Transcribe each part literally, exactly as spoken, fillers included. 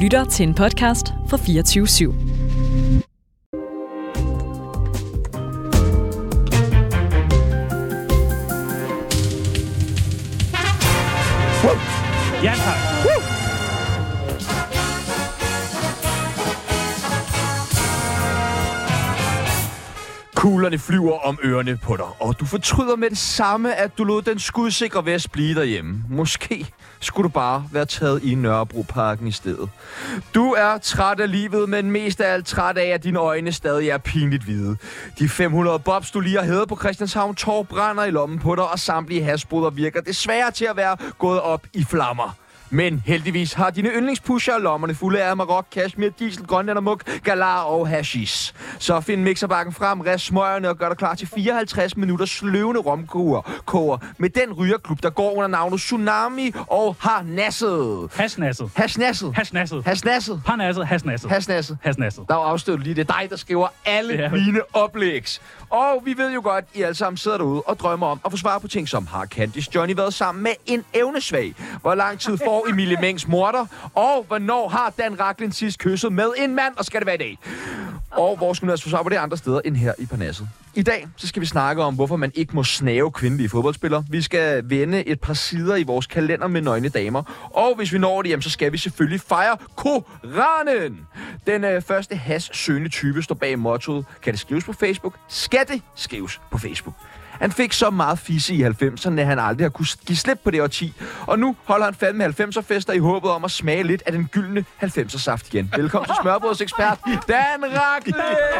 lytter til en podcast fra fireogtyve syv. Ja, tak. Kuglerne flyver om ørerne på dig, og du fortryder med det samme, at du lod den skudsikre vest blive derhjemme. Måske skulle du bare være taget i Nørrebroparken i stedet. Du er træt af livet, men mest af alt træt af, at dine øjne stadig er pinligt hvide. De fem hundrede bobs, du lige har hævet på Christianshavn Torv, brænder i lommen på dig, og samtlige hashboder virker desværre til at være gået op i flammer. Men heldigvis har dine yndlingspusher lommerne fulde af Amarok, Kashmir, Diesel, Grønlændermuk, Galar og Hashish. Så find mixerbakken frem, rest smøgerne og gør dig klar til fireoghalvtreds minutters sløvende romkoger med den rygerklub, der går under navnet Tsunami og har nasset. Hasnasset. Hasnasset. Hasnasset. Hasnasset. Parnasset. Hasnasset. Hasnasset. Hasnasset. Der er afstødt lige. Det er dig, der skriver alle ja. mine oplægs. Og vi ved jo godt, I alle sammen sidder derude og drømmer om at få svar på ting som: har Candice Johnny været sammen med en evnesvag? Hvor lang tid får Emilie Mengs morter? Og hvornår har Dan Rachlin sidst kysset med en mand? Og skal det være i dag? Og hvor skal vi altså få svar på det andre steder end her i Parnasset? I dag så skal vi snakke om, hvorfor man ikke må snave kvindelige fodboldspillere. Vi skal vende et par sider i vores kalender med nøgne damer. Og hvis vi når det hjem, så skal vi selvfølgelig fejre Koranen. Den øh, første hash-søgende type står bag mottoet: kan det skrives på Facebook? Skal det skrives på Facebook? Han fik så meget fisse i halvfemserne, at han aldrig har kunne give slip på det årti. Og nu holder han fandme halvfemser-fester i håbet om at smage lidt af den gyldne halvfemser-saft igen. Velkommen til smørbrødsekspert Dan Rachlin!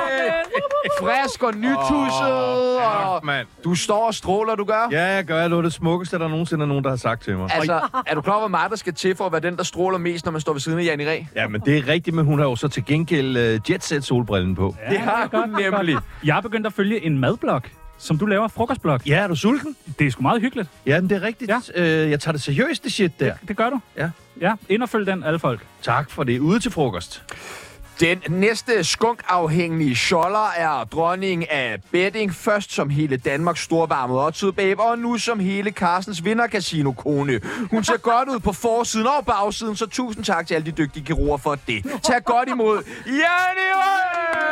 Frisk og nytusset, og du står og stråler, du gør. Ja, jeg gør. Jeg lå det smukkeste, der nogensinde er nogen, der har sagt til mig. Altså, er du klar over, hvor meget der skal til for at være den, der stråler mest, når man står ved siden af Jan i Ræ? Ja, men det er rigtigt, men hun har jo så til gengæld uh, jetset-solbrillen på. Ja, det har hun nemlig. Jeg er begyndt at følge en madblog, som du laver, frokostblog. Ja, er du sulten? Det er sgu meget hyggeligt. Ja, men det er rigtigt. Ja. Øh, jeg tager det seriøst, det shit der. Det, det gør du. Ja. Ja, ind og følg den, alle folk. Tak for det. Ude til frokost. Den næste skunkafhængige scholler er dronning af betting. Først som hele Danmarks storvarmede odds-babe, og nu som hele Carstens vinder-casino-kone. Hun ser godt ud på forsiden og bagsiden, så tusind tak til alle de dygtige kirurger for det. Tag godt imod Janni Rø!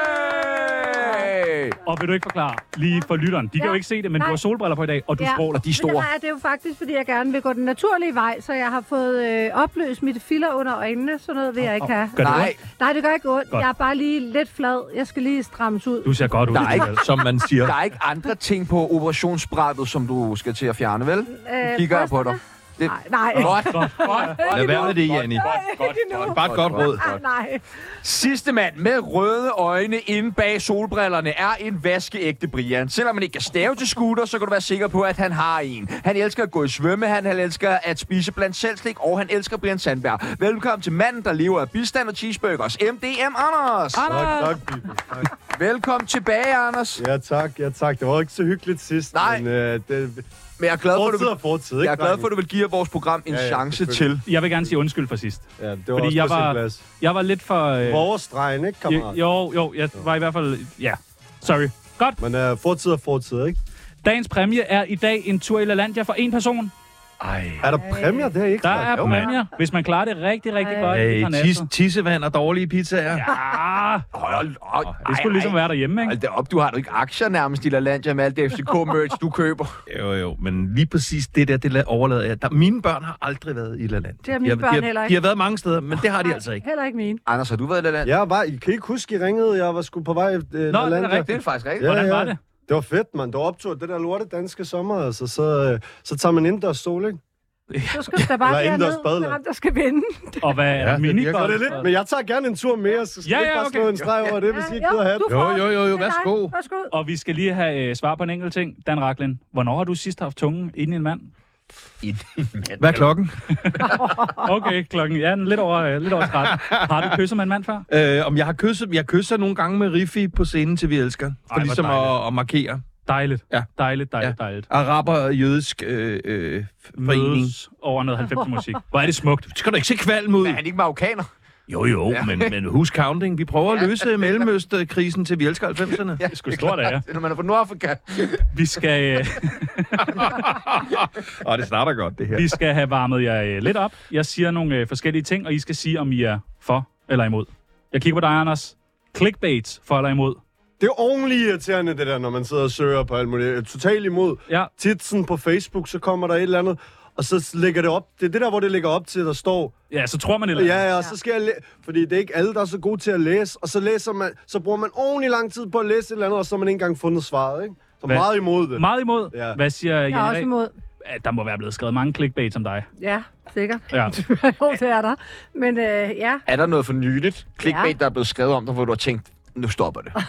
Og vil du ikke forklare lige for lytteren? De kan ja. jo ikke se det, men Nej. du har solbriller på i dag, og du ja. stråler. De er store. Men det, er, det er jo faktisk, fordi jeg gerne vil gå den naturlige vej, så jeg har fået øh, opløst mit filler under øjnene. Sådan noget vil jeg ikke have. Gør det Nej. Nej, det gør ikke ondt. Godt. Jeg er bare lige lidt flad. Jeg skal lige strammes ud. Du ser godt ud. Der er ikke, Som man siger. der er ikke andre ting på operationsbrættet, som du skal til at fjerne, vel? Øh, Kigger jeg på dig. Det... Nej, nej. Godt, godt, Lad være med det, Janni. godt, godt. Bare et godt råd. Ah, nej. Sidste mand med røde øjne inde bag solbrillerne er en vaskeægte Brian. Selvom man ikke kan stave til scooter, så kan du være sikker på, at han har en. Han elsker at gå i svømmehal, han elsker at spise blandt selvslik, og han elsker Brian Sandberg. Velkommen til manden, der lever af bistand og cheeseburgers. M D M Anders. Anders! Tak, tak, tak. Velkommen tilbage, Anders. Ja, tak, ja, tak. Det var ikke så hyggeligt sidst, Nej. men øh, det, Men jeg er glad for, at du fortid vil, og fortid, ikke? jeg er glad for, at du vil give vores program en Ja, ja, chance til. selvfølgelig. Jeg vil gerne sige undskyld for sidst. Ja, det var Fordi også jeg på sin var, plads. jeg var lidt for... Øh, Vores stregen, ikke, kammerat? jo, jo, jeg var i hvert fald... Ja, sorry. Godt. Men øh, fortid og fortid, ikke? Dagens præmie er i dag en tur i LaLandia for en person. Ej. Er der præmier? Det er ikke Der klart. er Jo. præmier, hvis man klarer det rigtig, rigtig Ej. godt. i Hey, Parnasset. tis, tissevand og dårlige pizzaer. Ja, Hold op. det skulle ligesom være derhjemme, ikke? Hold da op, du har du ikke aktier nærmest i LaLandia med alt det F C K-merch, du køber. Jo, jo, men lige præcis det der, det overlader jeg. Der, mine børn har aldrig været i LaLandia. Det har mine de børn de heller har, ikke. de har været mange steder, men det har de altså ikke. Heller ikke mine. Anders, har du været i LaLandia? Jeg var, I kan ikke huske, I ringede, jeg var sgu på vej øh, Nå, det er rigtigt. Det er faktisk rigtigt. Ja, Hvordan ja. var det? Det var fedt, man. Det var optur det der lorte danske sommer, altså. Så, øh, så tager man indendørs stol, ikke? Så skal der bare Eller være indendørs ned, badeland. ham, der skal vinde. Og hvad er Ja, ja, det virker. minigolf? Og det er lidt, men jeg tager gerne en tur mere, så skal Ja, ja, ikke ja, bare okay. slå en streg over det, hvis I ikke gider have det. du får Jo, jo, jo, jo, den. Det er dig. værsgo. Værsgo. Og vi skal lige have øh, svar på en enkelt ting. Dan Rachlin, hvornår har du sidst haft tungen inde i en mand? Hvad er klokken? Okay, klokken ja, lidt over, øh, lidt over tretten. Har du kysset med en mand før? Øh, om jeg har kysset, jeg kysser nogle gange med Riffi på scenen til Vi Elsker. For hvor ligesom dejligt. at, at markere. Dejligt. Ja. Dejligt, dejligt, dejligt. Araber-jødisk øh, øh, forening. Mødes over noget halvfemser musik. Hvor er det smukt. Skal du ikke se kvalm ud? Men er han ikke marokkaner? Jo, jo, ja. men, men who's counting? Vi prøver at løse Mellemøst-krisen til vi elsker halvfemserne. Ja, Det er sgu stort af jer. når man er fra Nordafrika. Vi skal, øh, Åh, det starter godt, det her. vi skal have varmet jer øh, lidt op. Jeg siger nogle øh, forskellige ting, og I skal sige, om I er for eller imod. Jeg kigger på dig, Anders. Clickbait, for eller imod? Det er ordentligt irriterende, det der, når man sidder og søger på alt muligt. Jeg er totalt imod. Ja. Tit sådan på Facebook, så kommer der et eller andet, og så lægger det op. Det er det der, hvor det lægger op til, der står... Ja, så tror man et eller Ja, andet. ja, og så skal jeg læ- fordi det er ikke alle, der er så gode til at læse, og så læser man, så bruger man ordentlig lang tid på at læse et eller andet, og så har man ikke engang fundet svaret, ikke? Så Hvad? meget imod det. Meget imod. Ja. Hvad siger Jeg er Jenny også Ræ? imod. Ja, der må være blevet skrevet mange clickbait som dig. Ja, sikkert. Ja. Jo, det er der. Men øh, ja, Er der noget for nyligt? Clickbait, Ja. der er blevet skrevet om dig, hvor du har tænkt, nu stopper det.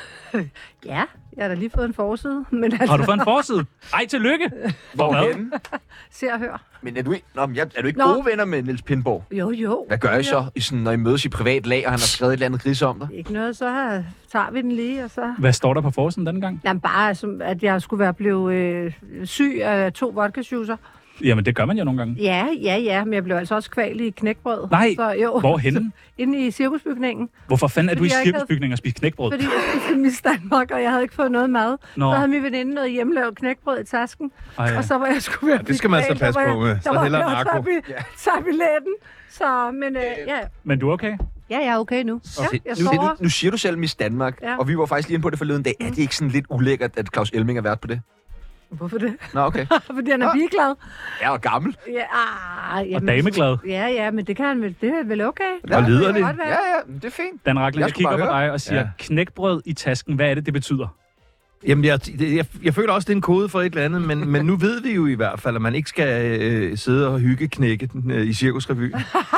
ja, jeg har da lige fået en forside. Men altså, Har du fået en forside? Ej, tillykke! For hvad? Hvorhenne? se og hør. Men er du ikke, Nå, men jeg- er du ikke Nå. gode venner med Niels Pindborg? Jo, jo. Hvad gør I så, i sådan, når I mødes i privat lag, og han har skrevet et eller andet gris om dig? Ikke noget, så her, tager vi den lige, og så... Hvad står der på forsiden den gang? Jamen bare, som, at jeg skulle være blevet øh, syg af to vodka-juicer. Jamen, det gør man jo nogle gange. Ja, ja, ja, men jeg blev altså også kvalt i knækbrød. Nej, så, jo. hvorhenne? Inde i cirkusbygningen. Hvorfor fanden er du i Fordi jeg ikke havde- cirkusbygningen og spiser knækbrød? Fordi jeg skulle til Miss Danmark, og jeg havde ikke fået noget mad. Nå. Så havde min veninde noget hjemmelavet knækbrød i tasken. Ej, ja. Og så var jeg skulle være det skal man så kvalt, passe der var på jeg- med. Så der var hellere jeg narko. tager bi- tager billetten. Så, men øh, ja. Men du er okay? ja, jeg er okay nu. Ja, jeg Nu, sover. nu, nu siger du selv Miss Danmark, Ja. og vi var faktisk lige inde på det forleden dag. Er det ikke sådan lidt ulækkert, at Claus Elming er vært på det? Hvorfor det? Nå, okay. Fordi han er ligeglad. Jeg er gammel. Ja, ah, Og dameglad. Ja, ja, men det kan han vel, det er vel okay. Og lider det det? kan godt være. Ja, ja, men det er fint. Dan Rachlin, Jeg jeg skulle kigger bare på høre. dig og siger, Ja. knækbrød i tasken, hvad er det, det betyder? Jamen, jeg, jeg, jeg føler også, det er en kode for et eller andet, men, men nu ved vi jo i hvert fald, at man ikke skal øh, sidde og hygge knække øh, i Cirkusrevy.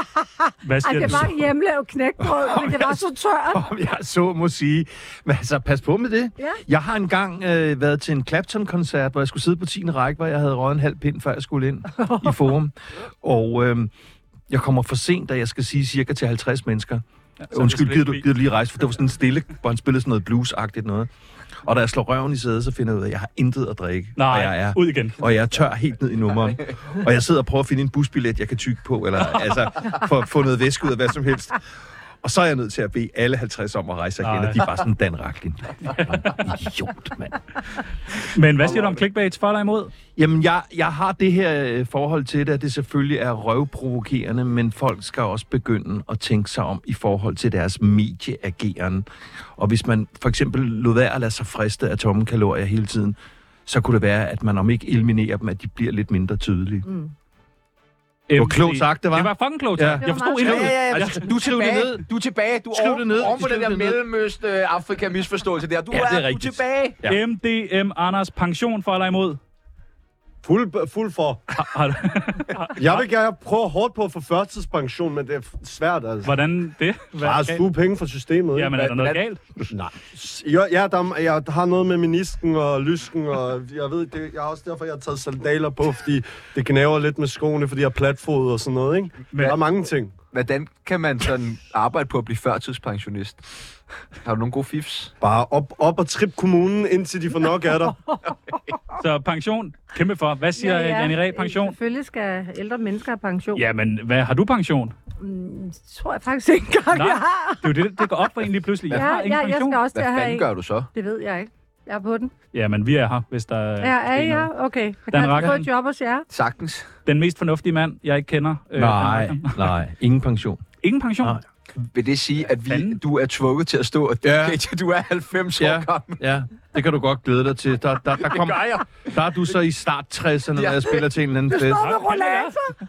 Hvad Ej, siger det du? var hjemmelavet knækbrød, men det var så tørt. Om jeg så må sige. Men altså, pas på med det. Ja. Jeg har engang øh, været til en Clapton-koncert, hvor jeg skulle sidde på tiende række, hvor jeg havde røget en halv pind, før jeg skulle ind i Forum. Og øh, jeg kommer for sent, da jeg skal sige cirka til halvtreds mennesker. Ja, Ja, Undskyld, det gider du, lidt gider du lige rejse? For det var sådan en stille, hvor han spillede sådan noget blues-agtigt noget. Og da jeg slår røven i sædet, så finder jeg ud af, at jeg har intet at drikke. Nej, og jeg er ud igen. Og jeg er tør helt ned i nummeren. Og jeg sidder og prøver at finde en busbillet, jeg kan tygge på, eller altså, for at få noget væske ud af hvad som helst. Og så er jeg nødt til at bede alle halvtreds om at rejse sig igen, og de er bare sådan, Dan Rachlin. Idiot, mand. Men hvad siger du om clickbaits for eller imod? Jamen, jeg, jeg har det her øh, forhold til det, at det selvfølgelig er røvprovokerende, men folk skal også begynde at tænke sig om i forhold til deres medieageren. Og hvis man for eksempel lod være at lade sig friste af tomme kalorier hele tiden, så kunne det være, at man om ikke eliminerer dem, at de bliver lidt mindre tydelige. Mm. Det var klogt sagt, det var. Det var fucking klogt Ja. sagt. Jeg forstod Det var ikke meget Ja, ja, ja. Altså, Du, du er skriv det tilbage. ned. Du er tilbage. Du er Skriv oven, det ned. oven på Skriv den der det ned. Mellemøst-Afrika-misforståelse der. Du Ja, det er er, du er rigtigt. tilbage. Ja. M D M Anders pension for eller imod? Fuld, fuld for. Har, har du, Jeg vil gerne prøve hårdt på at få førtidspension, men det er svært, altså. hvordan det? Hvad Bare er at galt? suge penge fra systemet. Jamen, er der noget Hvad- galt? Nej. Jo, ja, der, jeg har noget med menisken og lysken, og jeg ved, det, jeg har også derfor, jeg har taget sandaler på, fordi det gnaver lidt med skoene, fordi jeg har platfod og sådan noget, ikke? Men- Der er mange ting. Hvordan kan man sådan arbejde på at blive førtidspensionist? Har du nogle gode fifs? Bare op, op og trip kommunen, indtil de får nok af dig. Så pension, kæmpe for. Hvad siger ja, ja. Janni Ræ, pension? Selvfølgelig skal ældre mennesker have pension. Jamen, hvad, har du pension? Mm, det tror jeg faktisk ikke engang, Nej, jeg har. det er jo det, det går op for en lige pludselig. Jeg Ja, har ingen ja, jeg pension. skal også til Hvad at have fanden en. gør du så? Det ved jeg ikke. Jeg er på den. Jamen, vi er her, hvis der Ja, er I sker noget. her? Okay. Jeg Dan kan altså få Rachlin. et job hos jer. Sagtens. Den mest fornuftige mand, jeg ikke kender. øh, Nej, Dan Rachlin. nej. Ingen pension. Ingen pension? Nej. Vil det sige, at vi, Fanden. du er tvunget til at stå og Ja. ja. Du er halvfems år Ja, gammel. ja, det kan du godt glæde dig til. Der, der, der, kom, gør jeg. der er du så i start tresserne, når Ja. jeg spiller til en eller anden fest. Med rollator.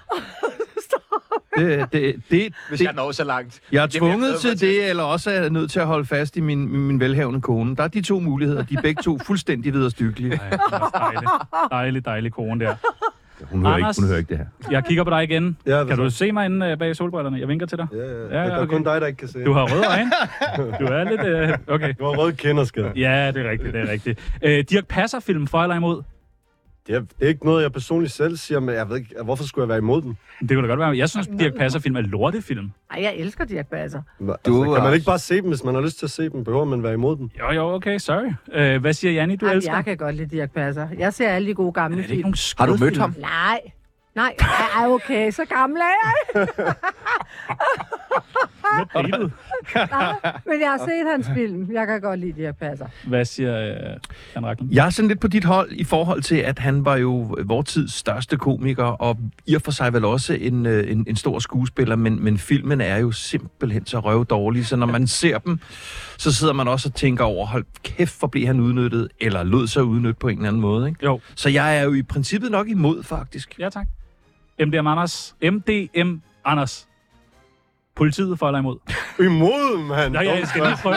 Det, det, det, Hvis det, jeg når så langt. jeg er Det bliver tvunget jeg til glæder mig det, eller også er jeg nødt til at holde fast i min, min velhavende kone. Der er de to muligheder. De er begge to fuldstændig vederstyggelige. Ej, det er dejligt. Dejlig, dejlig kone der. Hun hører, ikke, Anders. hun hører ikke det her. Jeg kigger på dig igen. Ja, Kan hvad du så? se mig inde øh, bag solbrillerne? Jeg vinker til dig. Ja, ja. Ja, ja, ja, der er okay. kun dig, der ikke kan se. Du har røde øjne. Du er lidt... Øh, okay. Du har røde kinder, skid. Ja, det er rigtigt, det er rigtigt. Øh, Dirch Passer-film for eller imod? Det er, det er ikke noget, jeg personligt selv siger, men jeg ved ikke, hvorfor skulle jeg være imod den? Det kunne da godt være. Jeg synes, Dirch Passer-film er lortefilm. Ej, jeg elsker Dirch Passer. Altså, Du kan er man ikke også- bare se dem, hvis man har lyst til at se dem? Behøver man være imod dem? Jo, jo, okay, sorry. Øh, hvad siger Janni, du Ej, elsker? jeg kan godt lide Dirch Passer. Jeg ser alle de gode gamle Er det ikke film. nogen Har du mødt skødfilm? ham? Nej. Nej, ej, okay, så gammel er jeg. datet. Nej, men jeg har set hans film. Jeg kan godt lide, at jeg passer. Hvad siger øh, Dan Rachlin? Jeg er sådan lidt på dit hold i forhold til, at han var jo vores tids største komiker, og i og for sig vel også en, en, en stor skuespiller, men, men filmen er jo simpelthen så røvdårlig, så når man ser dem, så sidder man også og tænker over, hold kæft, hvor blev han udnyttet, eller lød sig udnyttet på en eller anden måde, ikke? Jo. Så jeg er jo i princippet nok imod, faktisk. Ja, tak. M D M Anders. M D M Anders. Politiet for eller imod? Imod, mand. Ja, ja, jeg skal lige prøve.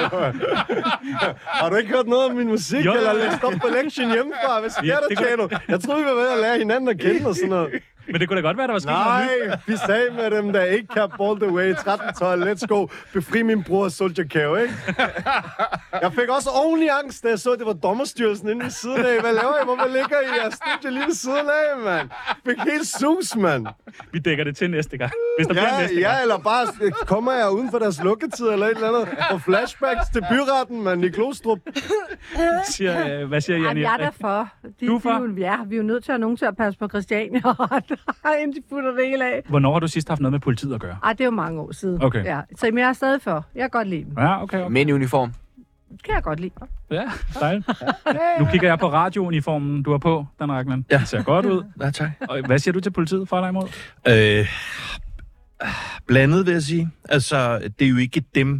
Har du ikke hørt noget om min musik, Jo, jo. eller læst op på lektion hjemmefra? Hvad sker Ja, der, det kunne- Tjano? Jeg troede, vi var ved at lære hinanden at kende og sådan noget. Men det kunne da godt være, der var sket noget nyt. Nej, vi sagde med dem, der ikke kan ball the way. tretten tolv, let's go. Befri min bror Soldier Cave, ikke? Jeg fik også ordentlig angst, da jeg så, at det var dommerstyrelsen inde ved siden af. Hvad laver I? Hvorfor ligger I jeres studie lige ved siden af, mand? Fik helt sus, mand. Vi dækker det til næste gang. Hvis der bliver Ja, næste gang. ja, eller bare kommer jeg uden for deres lukketid eller et eller andet. Og flashbacks til byretten, mand, i Glostrup. Siger, øh, hvad siger Jamen, Janni? jeg er der for. De, Du er for? De, jo- ja, vi er jo nødt til at have nogen til at passe på Christiania, inden de putter det hele af. Hvornår har du sidst haft noget med politiet at gøre? Ej, det er jo mange år siden. Okay. Ja, så men jeg er stadig for. Jeg kan godt lide dem. Ja, okay. okay. Men i uniform. Det kan jeg godt lide. Ja, dejligt. Nu kigger jeg på radiouniformen, du har på, Dan Rachlin. Ja. Det ser godt ud. Ja, tak. Og hvad siger du til politiet for eller imod? Øh, blandet, vil jeg sige. Altså, det er jo ikke dem,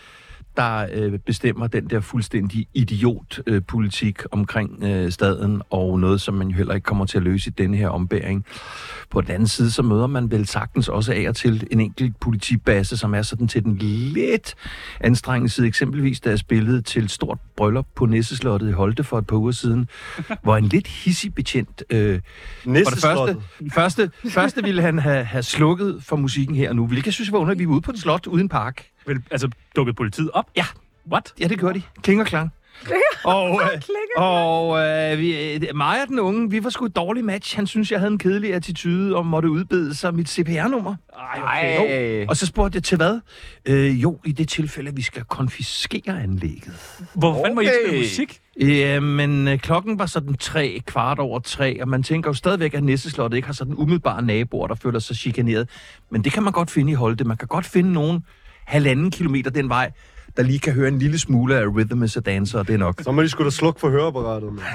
der øh, bestemmer den der fuldstændig idiot-politik øh, omkring øh, staden, og noget, som man jo heller ikke kommer til at løse i denne her ombæring. På den anden side, så møder man vel sagtens også af og til en enkelt politibase, som er sådan til den lidt anstrengende side. Eksempelvis, da jeg spillede til et stort bryllup på Nisseslottet i Holte for et par uger siden, hvor en lidt hissig betjent... Øh, for det første, første, første ville han have, have slukket for musikken her og nu, hvilket jeg synes var underligt. Vi var ude på et slot uden park. Vel, altså, dukkede politiet op? Ja. What? Ja, det gjorde de. Kling og klang. Og, øh, og øh, vi, øh, mig og den unge, vi var sgu et dårligt match. Han synes, jeg havde en kedelig attitude og måtte udbede sig mit C P R-nummer. Ej, okay. Ej. Og så spurgte jeg til hvad? Øh, jo, i det tilfælde, at vi skal konfiskere anlægget. Hvor fanden må I ikke Okay. spille musik? Ja, men øh, klokken var sådan tre, kvart over tre, og man tænker jo stadigvæk, at Nisseslottet ikke har sådan umiddelbare naboer, der føler sig chikaneret. Men det kan man godt finde i Holte. Man kan godt finde nogen halvanden kilometer den vej, der lige kan høre en lille smule af Rhythm is a Dancer, og det er nok. Så må de sgu da slukke for høreapparatet, mand.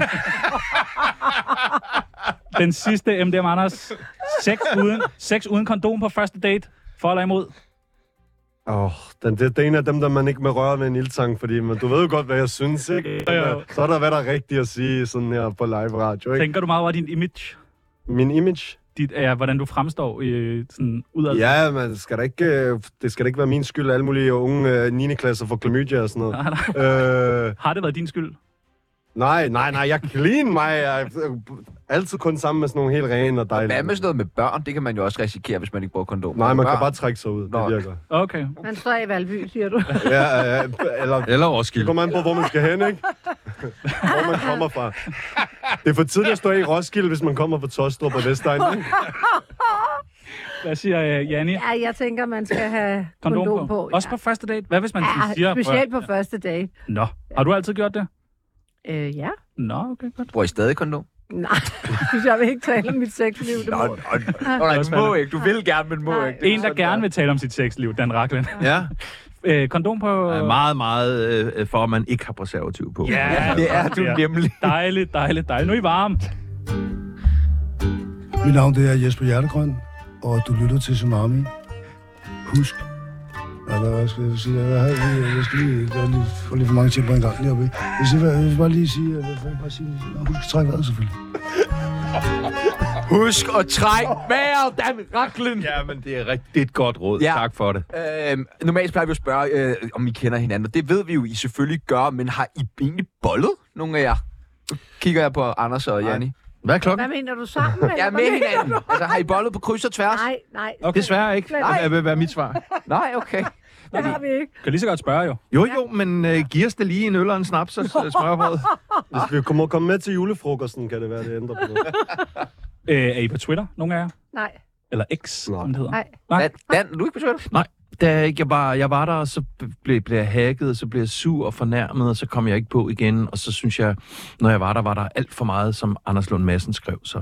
Den sidste M D M Anders. Sex uden, sex uden kondom på første date. For eller imod? Åh, oh, det, det er en af dem, der man ikke må røre ved en ildtang, fordi men du ved jo godt, hvad jeg synes, ikke? Jo, jo. Så er der, hvad der er rigtigt at sige sådan her på live radio, ikke? Tænker du meget over din image? Min image? Dit, ja, hvordan du fremstår i, sådan udad? Ja, men det skal da ikke, øh, det skal da ikke være min skyld, at alle mulige unge øh, niende klasser får klamydia og sådan noget. Nej, nej. øh, Har det været din skyld? nej, nej, nej, jeg er clean mig. Jeg er altid kun sammen med sådan nogle helt rene og dejlige. Hvad med sådan noget med børn? Det kan man jo også risikere, hvis man ikke bruger kondom. Nej, man børn. kan bare trække sig ud. Nå. Det virker. Okay. Han står i Valby, siger du. Ja, ja, eller... Eller Det Roskilde. kommer an på, hvor man skal hen, ikke? Hvor man kommer fra. Det er for tidligt at stå i Roskilde, hvis man kommer fra Tostrup og Vestegn, ikke? Hvad siger uh, Janni? Ja, jeg tænker, man skal have Kondom, kondom på. Også på første date? Hvad hvis man Ja, siger... specielt på første date. Nå, har du altid gjort det? Øh, ja. Nå, okay, godt. Bruger I stadig kondom? Nej, jeg vil ikke tale om mit sexliv. Det Nå, må. nå, nå, nej, du må ikke. Du vil gerne, men må Nej. ikke. Det er En, der sådan, gerne der. vil tale om sit sexliv, Dan Rachlin. Ja, Øh, kondom på... er meget, meget øh, for, at man ikke har preservativ på. Ja, Det er du nemlig. Dejligt, dejligt, dejligt. Nu er I varme. Mit navn det er Jesper Hjertegrøn, og du lytter til Tsunami. Husk. Ja, hvad skal jeg sige? Jeg, jeg, jeg skal lige, jeg lige få lidt for mange ting på en gang lige oppe. Jeg skal, jeg vil bare lige sige, jeg vil bare sige, husk at trække vejret selvfølgelig. Husk at trække vejret, Dan Rachlin. Ja, men det er, rigtig, det er et godt råd. Ja. Tak for det. Øh, normalt plejer vi at spørge, øh, om I kender hinanden, og det ved vi jo, I selvfølgelig gør, men har I egentlig bollet, nogle af jer? Nu kigger jeg på Anders og Janni. Hvad er klokken? Hvad mener du sammen? Eller Ja, hvad med mener hinanden. du? Altså, har I bollet på kryds og tværs? Nej, nej. Okay. Desværre ikke. Nej. Det vil være mit svar. Nej, okay. Det har vi ikke. Kan lige så godt spørge, jo. Jo, jo, men øh, giv os da lige en øl og en snaps og s- smørbrød. Hvis vi kommer komme med til julefrokosten, kan det være, det ændrer på noget. Øh, er I på Twitter, nogle af jer? Nej, Eller X, Nej. som det hedder? nej. Nej. Dan, Dan, er du ikke på Twitter? Da jeg var, jeg var der, og så blev, blev jeg hacket, og så blev jeg sur og fornærmet, og så kom jeg ikke på igen. Og så synes jeg, når jeg var der, var der alt for meget, som Anders Lund Madsen skrev. Så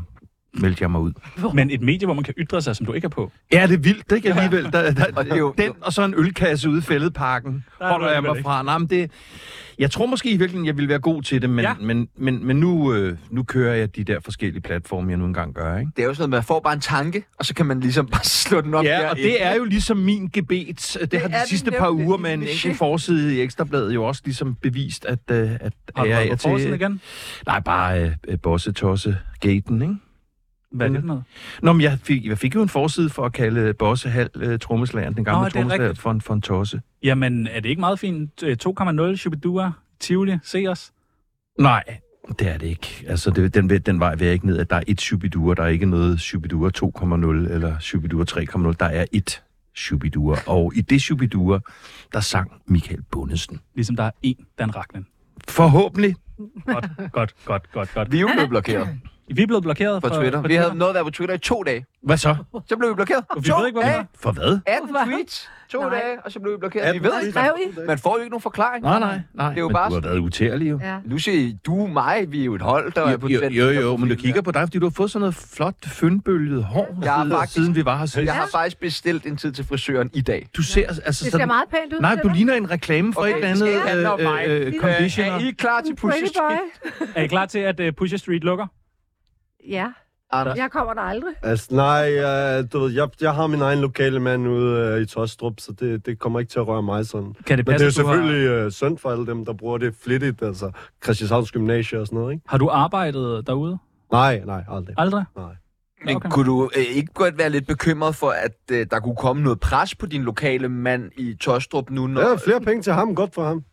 meldte jeg mig ud. Men et medie, hvor man kan ytre sig, som du ikke er på. Ja, det er vildt, ikke alligevel? Der, der, Og det er jo- den og så en ølkasse ude i Fælledparken Der er holder du jeg mig alligevel fra. Nej, men det, jeg tror måske i virkeligheden, jeg ville være god til det, men, Ja. men, men, men nu, øh, nu kører jeg de der forskellige platforme, jeg nu engang gør, ikke? Det er jo sådan noget, man får bare en tanke, og så kan man ligesom bare slå den op Ja, og derinde. det er jo ligesom min gebet. Det, det har er de det sidste par nemlig. uger med en Det er enkelt shit. forside i Ekstrabladet jo også ligesom bevist, at, øh, at Har du jeg været er på forsiden igen? Nej, bare øh, øh, Bosse-Tosse-gaten, ikke? Hvad er det for noget? Nå, men jeg fik, jeg fik jo en forside for at kalde Bosse Hal øh, trommeslageren, den gamle Nå, det er trommeslager, rigtigt. for en, for en tosse. Jamen, er det ikke meget fint? Øh, to komma nul, Shubidua, Tivoli, se os. Nej, det er det ikke. Altså, det, den, den vej vil jeg ikke ned, at der er et Shubidua. Der er ikke noget Shubidua to komma nul eller Shubidua tre komma nul. Der er et Shubidua. Og i det Shubidua, der sang Michael Bundesen. Ligesom der er én Dan Rachlin. Forhåbentlig. Godt, godt, godt, godt, godt. Vi er jo blevet blokeret Vi er blevet blokeret på for, Twitter. For Vi havde noget der på Twitter i to dage. Hvad så? Så blev vi blokeret. Vi to ved ikke, hvorfor. dage. For hvad? atten tweets. To Nej. dage, og så blev vi blokeret. Vi ved ikke. Skrev I? Man får jo ikke nogen forklaring. Nej, nej, nej. Det er jo men bare du har været utærlig jo. Ja. Nu siger du mig, vi er jo et hold, der er på Jo, den- jo, jo, der men du profil kigger her. på dig, fordi du har fået sådan noget flot, fyndbølget hår, Jeg har siden, faktisk- siden vi var her sidst. Jeg har faktisk bestilt en tid til frisøren i dag. Du ser altså Det ser sådan... meget pænt ud. Nej, eller du hvad? ligner en reklame for Okay, et eller det skal andet handle om øh, mig. øh, conditioner. Er I klar til Pusher Pretty Street? boy. Er I klar til, at uh, Pusher Street lukker? Ja, Anders? jeg kommer der aldrig. Altså, nej, uh, du ved, jeg, jeg har min egen lokale mand ude uh, i Tostrup, så det, det kommer ikke til at røre mig sådan. Kan det Men passe, det er jo at du har, selvfølgelig uh, synd for alle dem, der bruger det flittigt, altså Christianshavns Gymnasie og sådan noget, ikke? har du arbejdet derude? Nej, nej, aldrig. Aldrig? Nej. Men Okay. kunne du øh, ikke godt være lidt bekymret for, at øh, der kunne komme noget pres på din lokale mand i Tostrup nu? Når... Ja, flere penge til ham, godt for ham.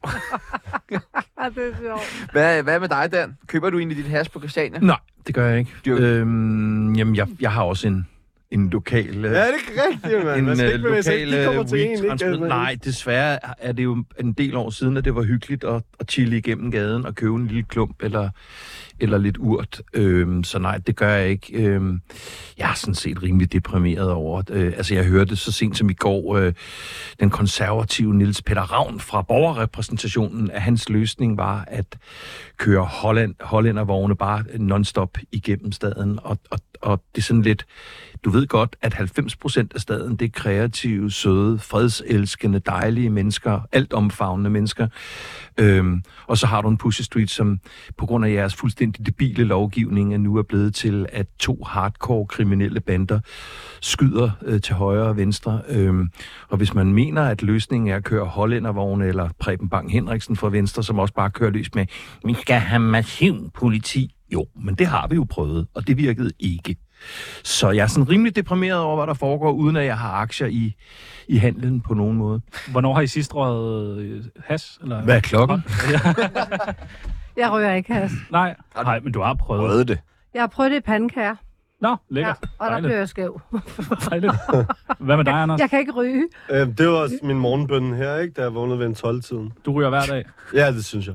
Ja, det er sjovt. Hvad, hvad med dig, Dan? Køber du egentlig dit hash på Christiania? Nej, det gør jeg ikke. Dyrk. Øhm, jamen, jeg, jeg har også en, en lokal... øh, Ja, det er ikke rigtigt, mand. en Man skal øh, ikke bevæge sig. lokal De kommer øh, til en, ikke? weed-transport. Nej, desværre er det jo en del år siden, at det var hyggeligt at, at chille igennem gaden og købe en lille klump eller, eller lidt urt. Øhm, så nej, det gør jeg ikke. Øhm, jeg er sådan set rimelig deprimeret over. Øh, altså, jeg hørte så sent som i går øh, den konservative Niels Peter Ravn fra borgerrepræsentationen, at hans løsning var at køre Holland, hollændervogne bare non-stop igennem staden. Og, og, og det er sådan lidt... Du ved godt, at halvfems procent af staden, det er kreative, søde, fredselskende, dejlige mennesker, altomfavnende mennesker. Øhm, og så har du en Pusher Street, som på grund af jeres fuldstændig debile lovgivning nu er blevet til, at to hardcore kriminelle bander skyder øh, til højre og venstre. Øhm, og hvis man mener, at løsningen er at køre hollændervogne eller Preben Bang Henriksen fra venstre, som også bare kører løs med, vi skal have massiv politi. Jo, men det har vi jo prøvet, og det virkede ikke. Så jeg er sådan rimelig deprimeret over, hvad der foregår, uden at jeg har aktier i, i handlen på nogen måde. Hvornår har I sidst røget øh, hash? Eller? Hvad er klokken? Jeg rører ikke has. Nej, nej, men du har prøvet. Prøvede det. Jeg har prøvet det i pandekager. Nå, Ja, lækkert. og der blev jeg skæv. Dejligt. Hvad med dig, Anders? Jeg kan ikke ryge. Øh, det var også min morgenbøn her, ikke? Da jeg vågnede ved en tolv-tiden. Du ryger hver dag. Ja, det synes jeg.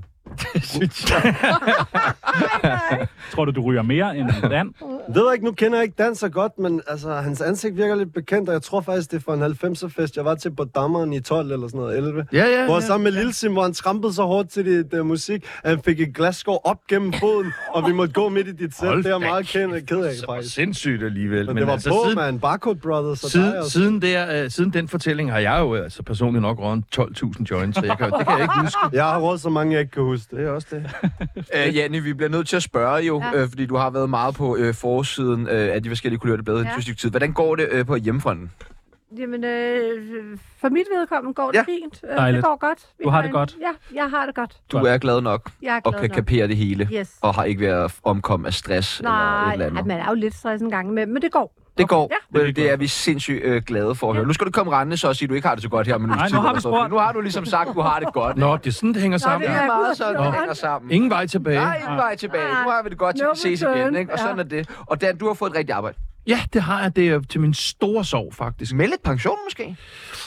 Tror du, du ryger mere end Dan? Det ved jeg ikke, nu kender jeg ikke Dan så godt, men altså, hans ansigt virker lidt bekendt, og jeg tror faktisk, det er fra en halvfemser-fest. Jeg var til på Dammeren i tolv eller sådan noget, elleve. Ja, ja, Hvor ja. sammen med Lille Sim, hvor han trampede så hårdt til dit uh, musik, at han fik et glasskår op gennem foden, og vi måtte gå midt i dit sæt. Hold Det er jeg da meget ked ked af, Det var faktisk. sindssygt alligevel. Men det var altså, på, siden, man. Barcode Brothers og dig siden, også. siden, der, øh, siden den fortælling har jeg jo altså personligt nok røget tolv tusind joints, så jeg kan, det kan jeg ikke huske. Jeg har råd så mange, jeg ikke kan huske det. Det er også det. Øh, Janne, vi bliver nødt til at spørge jo, Ja. øh, fordi du har været meget på øh, forsiden øh, af de forskellige kulørte blade Ja. i et stykke tid. Hvordan går det øh, på hjemmefronten? Jamen, øh, for mit vedkommende går det Ja. fint. Øh, Dejligt. Det går godt. Vi Du har har det en- godt? Ja, jeg har det godt. Du Godt. er glad nok Jeg er og glad kan nok. kapere det hele, Yes. og har ikke været omkommet af stress eller et Nej, eller nej, andet. man er jo lidt stress en gang med, men det går. Det går. Ja. Ja. Det er vi sindssygt øh, glade for at høre. Nu skal du komme rendende så og sige, at du ikke har det så godt her. Men Nej, nu har vi spurgt. Nu har du ligesom sagt, at du har det godt. Nå, det er sådan, det hænger sammen. det Det er er meget godt. sådan, Nå. det hænger sammen. Ingen vej tilbage. Nej, ingen vej tilbage. Nu har vi det godt til, No vi ses return. igen. Ikke? Og sådan Ja. er det. Og Dan, du har fået et rigtigt arbejde. Ja, det har jeg. Det er til min store sorg, faktisk. Med lidt pension måske?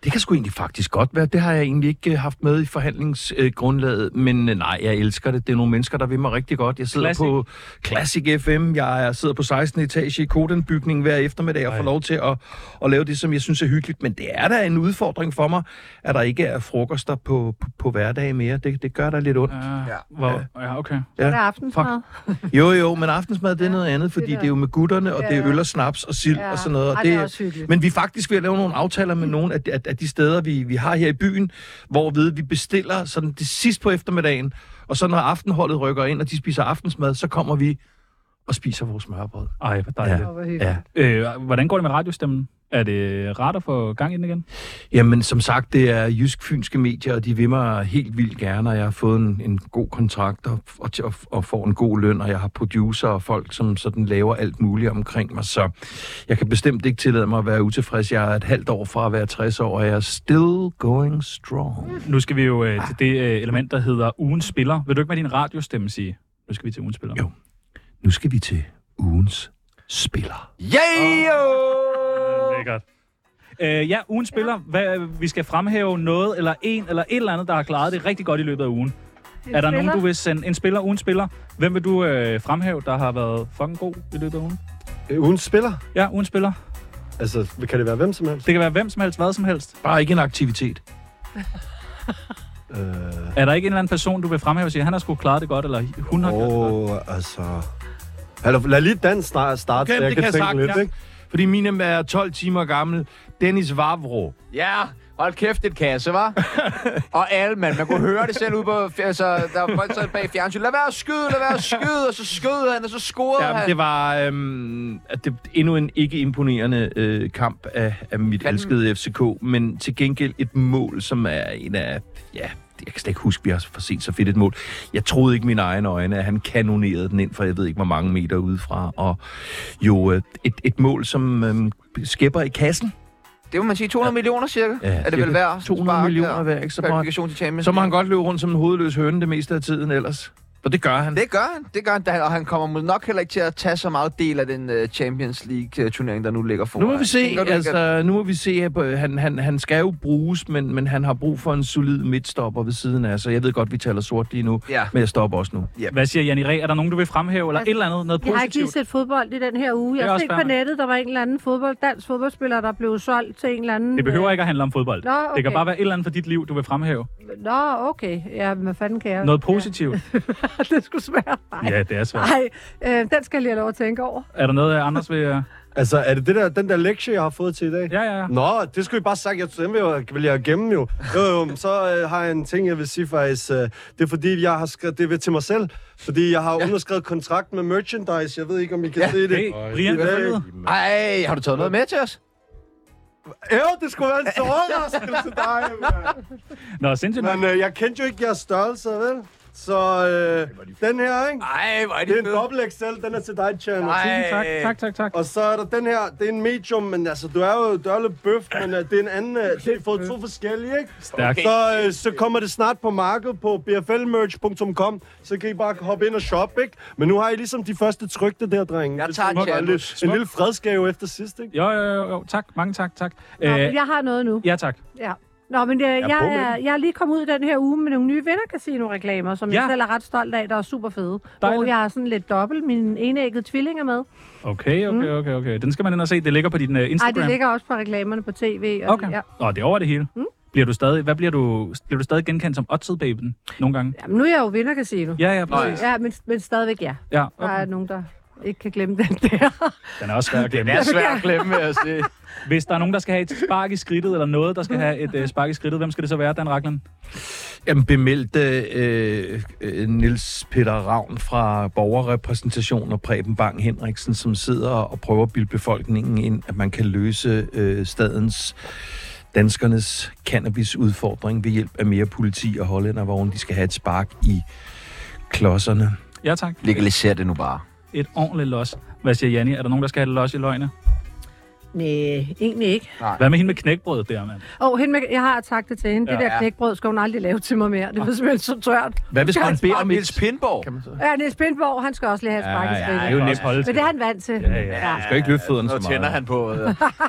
Det kan sgu egentlig faktisk godt være. Det har jeg egentlig ikke haft med i forhandlingsgrundlaget, men nej, jeg elsker det. Det er nogle mennesker, der vil mig rigtig godt. Jeg sidder Classic. på Classic F M. Jeg sidder på sekstende etage i Kodan-bygningen hver eftermiddag og får lov til at, at lave det, som jeg synes er hyggeligt. Men det er da en udfordring for mig, at der ikke er frokoster på, på, på hverdag mere. Det, det gør der lidt ondt. Ja, hvor, ja okay. Ja. Så er der aftensmad. Jo, jo, men aftensmad, det er noget andet, fordi det er, det er jo med gutterne, og ja. det er øl og snaps og sild ja. og sådan noget. Og Ej, det, det er også hyggeligt. Men vi er faktisk ved at lave nogle aftaler med nogle af, af, af de steder, vi, vi har her i byen, hvor ved, vi bestiller sådan det sidst på eftermiddagen, og så når aftenholdet rykker ind, og de spiser aftensmad, så kommer vi og spiser vores smørbrød. Ej, hvor dejligt. Ja. Ja. Øh, hvordan går det med radiostemmen? Er det rart at få gang i den igen? Jamen, som sagt, det er jysk-fynske medier, og de vil mig helt vildt gerne, og jeg har fået en, en god kontrakt og, og, og, og får en god løn, og jeg har producer og folk, som sådan laver alt muligt omkring mig, så jeg kan bestemt ikke tillade mig at være utilfreds. Jeg er et halvt år fra at være tres år, og jeg er still going strong. Nu skal vi jo øh, til det øh, element, der hedder ugens spiller. Vil du ikke med din radiostemme sige? Nu skal vi til ugens spiller. Jo. Nu skal vi til ugens spiller. Yeah! Lækkert. Øh, ja, ugens spiller. Hvad, vi skal fremhæve noget, eller en, eller et eller andet, der har klaret det rigtig godt i løbet af ugen. En er der spiller? Nogen, du vil sende? En spiller, ugens spiller. Hvem vil du øh, fremhæve, der har været fucking god i løbet af ugen? Øh, ugens spiller? Ja, ugens spiller. Altså, kan det være hvem som helst? Det kan være hvem som helst, hvad som helst. Bare ikke en aktivitet. øh... Er der ikke en eller anden person, du vil fremhæve og sige, han har sgu klaret det godt, eller hun har oh, gjort det godt? Åh, altså... Lad, lad lige den starte, start, okay, så jeg det kan, kan tænke sagt, lidt, ja. ikke? Fordi min er tolv timer gammel. Dennis Vavro. Ja, hold kæft, et kasse, hva'? Og alle, mand, man kunne høre det selv ude på... Altså, der var folk sad bag fjernsyn. Lad være at skyde, lad være at skyde, og så skød han, og så scorede ja, han. Det var øhm, at det, endnu en ikke imponerende øh, kamp af, af mit kan... elskede F C K, men til gengæld et mål, som er en af... Ja, jeg kan slet ikke huske, at vi har for set så fedt et mål. Jeg troede ikke mine egne øjne, at han kanonerede den ind, for jeg ved ikke, hvor mange meter udefra. Og jo, et, et mål, som øhm, skæpper i kassen. Det må man sige, to hundrede ja. millioner cirka, ja, er det vel værd? to hundrede millioner værd, ikke? Så må, han, så må han godt løbe rundt som en hovedløs høne det meste af tiden ellers. Og det gør han. Det gør han, det gør han, og han kommer nok heller ikke til at tage så meget del af den uh, Champions League-turnering, der nu ligger foran. Nu må vi se, altså, nu må vi se, at han, han, han skal jo bruges, men, men han har brug for en solid midtstopper ved siden af, så jeg ved godt, vi taler sort lige nu, ja. men jeg stopper også nu. Ja. Hvad siger Janni Ræ? Er der nogen, du vil fremhæve, eller altså, et eller andet, noget positivt? Jeg har ikke lige set fodbold i den her uge. Jeg har set på nettet, der var en eller anden fodbold, dansk fodboldspiller, der blev solgt til en eller anden... Det behøver ikke at handle om fodbold. Nå, okay. Det kan bare være et eller andet for dit liv, du vil fremhæve. Nå, okay. Ja, hvad fanden kan jeg... Noget positivt. Ja. Det skulle svært. Ej. Ja, det er svært. Nej, øh, den skal jeg lige have lov at tænke over. Er der noget, Anders vil... Uh... Altså, er det, det der, den der lektie, jeg har fået til i dag? Ja, ja, ja. Nå, det skulle I bare sagt. Jeg, den vil jeg, vil jeg gemme jo. Jo, jo, så øh, har jeg en ting, jeg vil sige faktisk. Øh, det er fordi, jeg har skrevet det til mig selv. Fordi jeg har ja. underskrevet kontrakt med merchandise. Jeg ved ikke, om I kan ja. se det. Hey, Brian, hvad er det? Ej, har du taget noget med til os? Jo, det skulle være en så overraskelse til dig, man. Nå, sindssygt. Men øh, jeg kendte jo ikke jeres størrelser, vel? Så øh, den her, ikke? Ej, hvor er det Det er en dobbelt X L, den er til dig, Tjerno. Tak, tak, tak, tak. Og så er der den her, det er en medium, men altså, du er jo, du er lidt bøf, men uh, det er en anden, uh, det er fået to forskellige, ikke? Stærkt. Så, uh, så kommer det snart på markedet på b f l merch punktum com, så kan I bare hoppe ind og shoppe, ikke? Men nu har I ligesom de første trykte der, drenge. Jeg tager en, en, en lille fredsgave efter sidst, ikke? Jo, jo, jo, jo, tak, mange tak, tak. Nå, øh, jeg har noget nu. Ja, tak. Ja. Nå, men jeg, jeg, er, jeg er lige kommet ud den her uge med nogle nye Vindercasino-reklamer, som ja. jeg selv er ret stolt af, der er super fede. Dejligt. Og jeg har sådan lidt dobbelt mine enæggede tvillinger med. Okay, okay, okay, okay. Den skal man ind og se. Det ligger på din uh, Instagram. Nej, det ligger også på reklamerne på tv. Og okay. Ja. Nå, det er over det hele. Mm. Bliver du stadig, hvad bliver du, bliver du stadig genkendt som Oddsed-babyen nogle gange? Jamen, nu er jeg jo Vindercasino. Ja, ja, præcis. Ja, men, men stadigvæk ja. Ja, okay. Der er nogen, der ikke kan glemme den der. Den er også svær at glemme. Den er svær at glemme, vil jeg sige. Hvis der er nogen, der skal have et spark i skridtet, eller noget, der skal have et uh, spark i skridtet, hvem skal det så være, Dan Rachlin? Jamen, bemeldte øh, øh, Niels Peter Ravn fra Borgerrepræsentation og Preben Bang Henriksen, som sidder og prøver at bilde befolkningen ind, at man kan løse øh, stadens, danskernes cannabisudfordring ved hjælp af mere politi og hollændervogne. De skal have et spark i klodserne. Ja, tak. Legaliser det nu bare. Et ordentligt los. Hvad siger Janni? Er der nogen, der skal have det los i løgne? Nej, egentlig ikke. Nej. Hvad med hende med knækbrødet der, mand? Åh, oh, jeg har sagt det til hende. Ja, det der ja. knækbrød skal hun aldrig lave til mig mere. Det er simpelthen så tørt. Hvad hvis man beder om Niels Pindborg? Ja, Niels Pindborg, han skal også lige have et spark i skridtet. Ja, ja, ja. Men det er han vant til. Ja, ja, ja. Du skal ikke løfte fødderne så meget. Så tænder han på. Ja.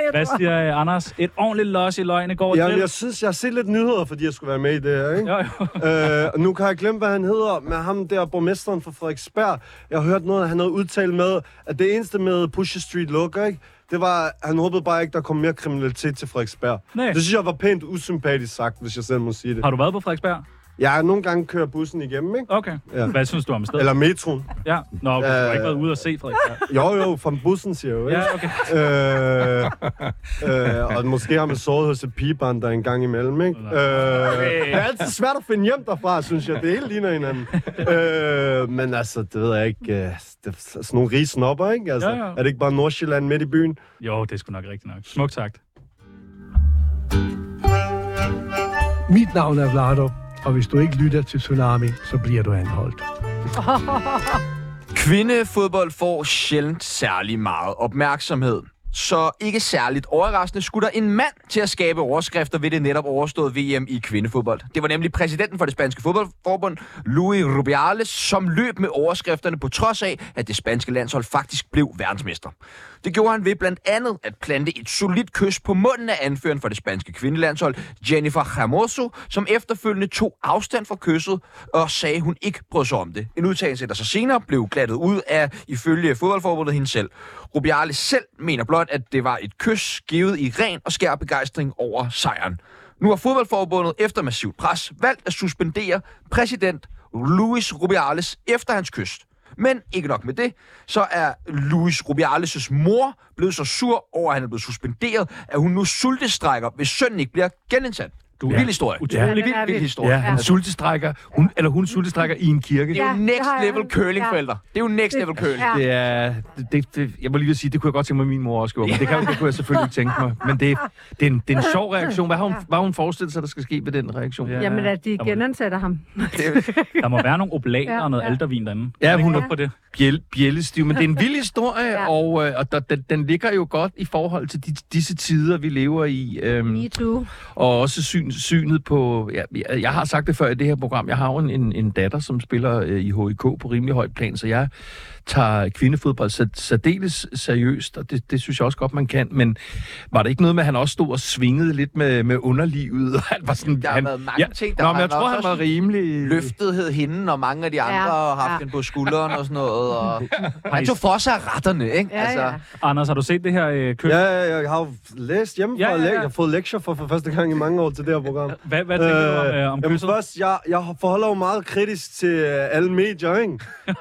Hvad tror... siger Anders? Et ordentligt los i løgn i går Jamen, til? jeg synes, jeg har set lidt nyheder, fordi jeg skulle være med i det her, ikke? Jo, jo. øh, nu kan jeg glemme, hvad han hedder, med ham der, borgmesteren for Frederiksberg. Jeg har hørt noget, han havde udtalt med, at det eneste med Pusher Street lukker, ikke? Det var, han håbede bare ikke, der kom mere kriminalitet til Frederiksberg. Nej. Det synes jeg var pænt usympatisk sagt, hvis jeg selv må sige det. Har du været på Frederiksberg? Jeg har nogle gange kørt bussen igennem, ikke? Okay. Ja. Hvad synes du om stedet? Eller metroen. Ja. Nå, okay. Du har Øh, ikke været ude og se Frederiksberg. Jo, jo, fra bussen, siger jeg jo, ikke? Ja, okay. Øh, øh, og måske har man sovet hos et pigeband der en gang imellem, ikke? Øh, det er altid svært at finde hjem derfra, synes jeg. Det hele ligner hinanden. øh, men altså, det ved jeg ikke. Øh, det er sådan nogle rige snopper, ikke? Altså, Ja, ja. er det ikke bare Nordsjælland midt i byen? Jo, det er sgu nok rigtigt nok. Smukt sagt. Mit navn er Vlado, og hvis du ikke lytter til Tsunami, så bliver du anholdt. Kvindefodbold får sjældent særlig meget opmærksomhed. Så ikke særligt overraskende skulle der en mand til at skabe overskrifter ved det netop overståede V M i kvindefodbold. Det var nemlig præsidenten for det spanske fodboldforbund, Luis Rubiales, som løb med overskrifterne på trods af, at det spanske landshold faktisk blev verdensmester. Det gjorde han ved blandt andet at plante et solidt kys på munden af anføreren for det spanske kvindelandshold, Jennifer Hermoso, som efterfølgende tog afstand fra kysset og sagde, hun ikke brød sig om det. En udtalelse, der så senere blev glattet ud af, ifølge fodboldforbundet, hende selv. Rubiales selv mener blot, at det var et kys givet i ren og skær begejstring over sejren. Nu har fodboldforbundet efter massivt pres valgt at suspendere præsident Luis Rubiales efter hans kys. Men ikke nok med det, så er Luis Rubiales' mor blevet så sur over, at han er blevet suspenderet, at hun nu sultestrækker, hvis sønnen ikke bliver genindsat. Du er vild historie. Utrolig Ja, vild, vild historie. Ja, han sultestrækker, hun, eller hun sultestrækker i en kirke. Det er jo Ja, next det har jeg level hørt. curling, Ja. forældre. Det er jo next level curling. Ja. Det er, det, det, det, jeg må lige vil sige, det kunne jeg godt tænke mig, at min mor også gjorde, men det, kan, det kunne jeg selvfølgelig ikke tænke mig. Men det, det, er, en, det er en sjov reaktion. Hvad har hun, hvad har hun forestillet sig, der skal ske ved den reaktion? Ja. Jamen, at de genansætter ham. Der må være nogle oblater Ja, og noget ja. aldervin derinde. Ja, Er det hun ikke er- på det. Bjæl, bjællestiv, men det er en vild historie, Ja. og, øh, og der, den, den ligger jo godt i forhold til de, disse tider, vi lever i. Øhm, Me too. og også syn, synet på... Ja, jeg, jeg har sagt det før i det her program, jeg har jo en, en datter, som spiller øh, i H I K på rimelig højt plan, så jeg tager kvindefodbold så, særdeles seriøst, og det, det synes jeg også godt, man kan. Men var det ikke noget med, at han også stod og svingede lidt med, med underlivet? Og han var sådan, Der har han, været mange ting, der Nå, har men jeg været tror, han også var rimelig... løftet hed hende, og mange af de andre Ja, har haft ja. den på skulderen og sådan noget. Og han tog for sig af retterne, ikke? Ja, ja. Anders, har du set det her øh, kys? Ja, ja, jeg har jo læst hjemmefra. Ja, ja, ja. Jeg har fået lektier for, for første gang i mange år til det her program. Hvad, hvad tænker du om, øh, om jamen kysset? først, jeg, jeg forholder jo meget kritisk til øh, alle medier, ikke?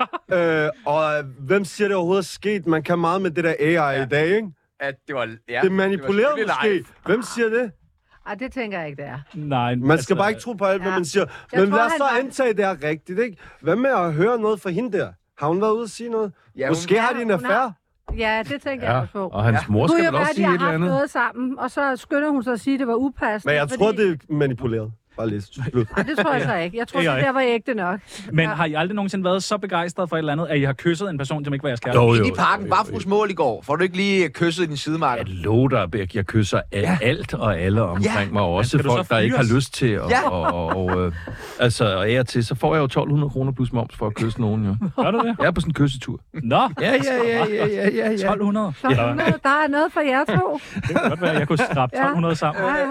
øh, og øh, hvem siger det overhovedet er sket? Man kan meget med det der A I ja. i dag, ikke? At det var, ja, Det er manipuleret det var måske. Hvem siger det? Ej, det tænker jeg ikke, det er. Nej, Man skal bare ikke tro på alt, hvad ja. man siger. Jeg Men tror, lad os han så var- antage, det er rigtigt, ikke? Hvad med at høre noget fra hende der? Har hun været ude at sige noget? Ja, hun- Måske har de en hun har- affære. Ja, det tænker jeg Ja, også på. og hans mor Det kunne skal jo vel være, også at de sige har et eller haft andet. noget sammen, og så skynder hun sig at sige, at det var upassende. Men jeg fordi... tror, det er manipuleret. Bare lige slut. Ej, det tror jeg så ikke. Jeg tror, Det er det jeg. der var ægte nok. Men Ja. har I aldrig nogensinde været så begejstret for et eller andet, at I har kysset en person, som ikke var jeres kæreste? Jo, Inde i parken, Bafrus mål i går. Får du ikke lige kysset i din sidemarker? Jeg lover dig, at jeg kysser ja. alt og alle omkring Ja. mig, og også skal du så folk, der ikke har fyres? lyst til. Og, Ja. og, og, og, øh, altså, og af og til, så får jeg jo tolv hundrede kroner plus moms for at kysse nogen, jo. Gør du det? Jeg er på sådan en kyssetur. Nå, Ja, ja, ja, ja, ja, ja, ja. tolv hundrede. Så Eller, der er noget for jer to. det kan godt være, at jeg kunne skrabe Ja. tolv hundrede sammen. Ja, ja.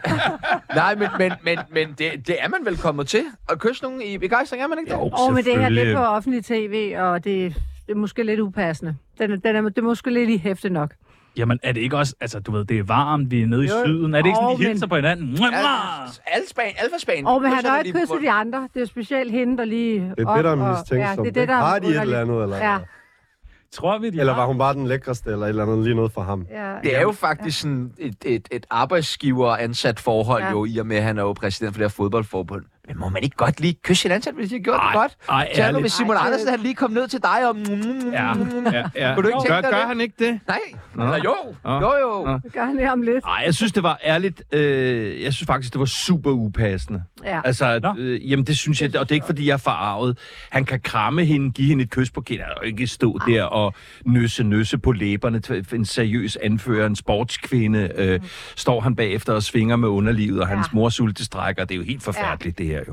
Nej, men, men, men, men det, det er man vel kommet til. At kysse nogen i begejstring, er man ikke det? Jo, Og med det her, det er selvfølgelig. på offentlig tv, og det, det er måske lidt upassende. Den, er- den er, det er måske lidt i hæfte nok. Jamen, er det ikke også... Altså, du ved, det er varmt, vi er nede i Jo. syden. Er det ikke sådan, Åh, de hilser men- på hinanden? Ja, alle Span, Alfa Span. Og men han kysser har der ikke lige på kysset bunden. de andre. Det er specielt hende, der lige... Det er det, der er mistænksomt. Ja, det er det, der Har de et underligt. eller andet, eller? Ja. Tror vi, de Eller har? var hun bare den lækreste, eller et eller andet lige noget for ham? Ja, Det er jo faktisk sådan et, et, et arbejdsgiver-ansat forhold, Ja. jo, i og med, at han er jo præsident for det her fodboldforbund. Men må man ikke godt lige kysse sin ansat, hvis de har gjort det godt? Ej, Tag nu, ærligt. hvis Simon Ej, det- Andersen han lige kom ned til dig og... Ja, ja, ja. Kunne du ikke tænke gør, dig gør det? han ikke det? Nej, Nå. eller jo, Nå. jo, jo. Nå. det gør han lige om lidt. Nej, jeg synes, det var ærligt. Øh, jeg synes faktisk, det var super upassende. Ja. Altså, Nå. øh, jamen det synes jeg, og det er ikke, fordi jeg er forarvet. Han kan kramme hende, give hende et kys på kinden, og ikke stå der og nøsse, nøsse på læberne til en seriøs anfører, en sportskvinde. Øh, står han bagefter og svinger med underlivet, og hans Ja. mor sultestrækker. Det er jo helt forfærdeligt, det her jo.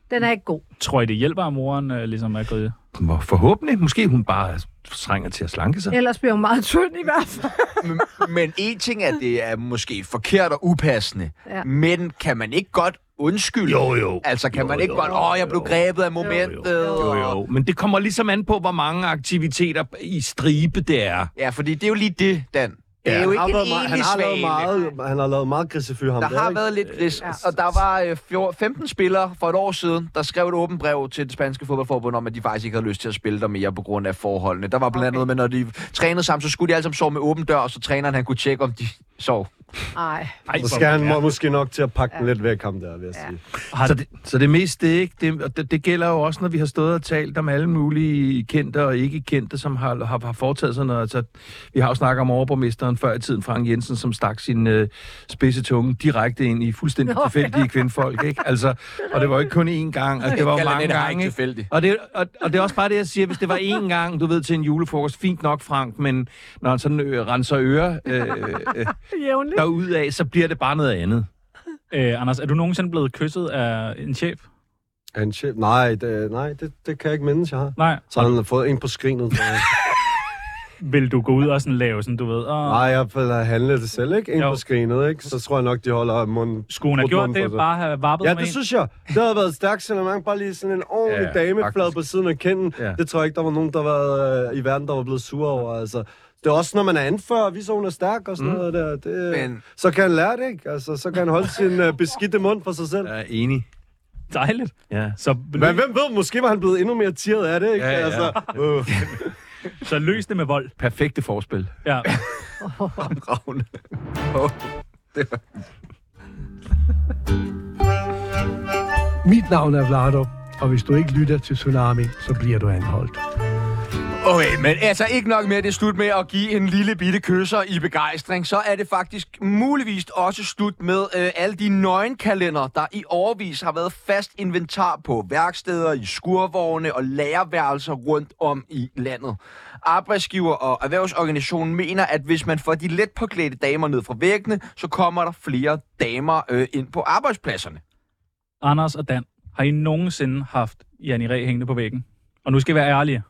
Den er ikke god. Tror I, det hjælper, at moren øh, ligesom er gået? Forhåbentlig. Måske hun bare trænger til at slanke sig. Ellers bliver hun meget tynd i hvert fald. men, men en ting er, at det er måske forkert og upassende, ja. Men kan man ikke godt undskylde? Jo, jo. Altså, kan jo, man ikke jo, godt, åh, jeg blev grebet af momentet? Jo, jo. jo, jo. Men det kommer ligesom an på, hvor mange aktiviteter i stribe det er. Ja, fordi det er jo lige det, Dan. Det er ja, jo ikke han en har egentlig han har lavet svale. meget, Han har lavet meget grisefyr, ham der. Der har ikke? været lidt gris, ja. Og der var øh, fjor, femten spillere for et år siden, der skrev et åbent brev til det spanske fodboldforbund om, at de faktisk ikke havde lyst til at spille der mere på grund af forholdene. Der var blandt andet okay. noget med, når de trænede sammen, så skulle de alle sammen sove med åben dør, og så træneren han kunne tjekke, om de sov. Ej. Så skal han må, måske nok til at pakke ja. den lidt væk, ham der, vil jeg ja. sige. Så det, så det meste, det, ikke, det, det, det gælder jo også, når vi har stået og talt om alle mulige kendte og ikke kendte, som har, har, har foretaget sådan noget. Altså, vi har jo snakket om overborgmesteren før i tiden, Frank Jensen, som stak sin øh, spidse tunge direkte ind i fuldstændig tilfældige kvindfolk, ikke? Altså, og det var ikke kun én gang, altså, det var mange gange, ikke? Og det, og, og det er også bare det, jeg siger, hvis det var én gang, du ved, til en julefrokost, fint nok, Frank, men når han sådan øh, renser øre øh, øh, derudaf, så bliver det bare noget andet. Øh, Anders, er du nogensinde blevet kysset af en chef? Af en chef? Nej, det, nej det, det kan jeg ikke mindes, jeg har. Nej. Så han har fået en på skrinet. Vil du gå ud og sådan lave sådan, du ved? Åh. Nej, jeg vil have handlet det selv, ikke? En jo. På skrinet, ikke? Så tror jeg nok, de holder munden. Skulle hun have gjort det? Bare have vappet ja, med det en? Synes jeg. Det havde været stærkt, selvom man bare lige sådan en ordentlig ja, dameflad på siden af kinden. Ja. Det tror jeg ikke, der var nogen, der var øh, i verden, der var blevet sure over, altså. Det er også, når man er anfører, og viser, hun er stærk og sådan mm. noget der. Det, Men... Så kan han lære det, ikke? Altså, så kan han holde sin uh, beskidte mund for sig selv. Jeg er enig. Dejligt. Ja. Så Men hvem ved, måske var han blevet endnu mere tirret af det, ikke? Ja, ja. Altså, uh. Så løs det med vold. Perfekte forspil. Ja. Ravne. Oh, det var... Mit navn er Vlado, og hvis du ikke lytter til Tsunami, så bliver du anholdt. Okay, men altså ikke nok med, at det er slut med at give en lille bitte kysser i begejstring, så er det faktisk muligvis også slut med øh, alle de nøgenkalender, der i årevis har været fast inventar på værksteder, i skurvogne og lagerværelser rundt om i landet. Arbejdsgiver og erhvervsorganisationen mener, at hvis man får de let påklædte damer ned fra væggene, så kommer der flere damer øh, ind på arbejdspladserne. Anders og Dan, har I nogensinde haft Jan i Ræ hængende på væggen? Og nu skal jeg være ærlige.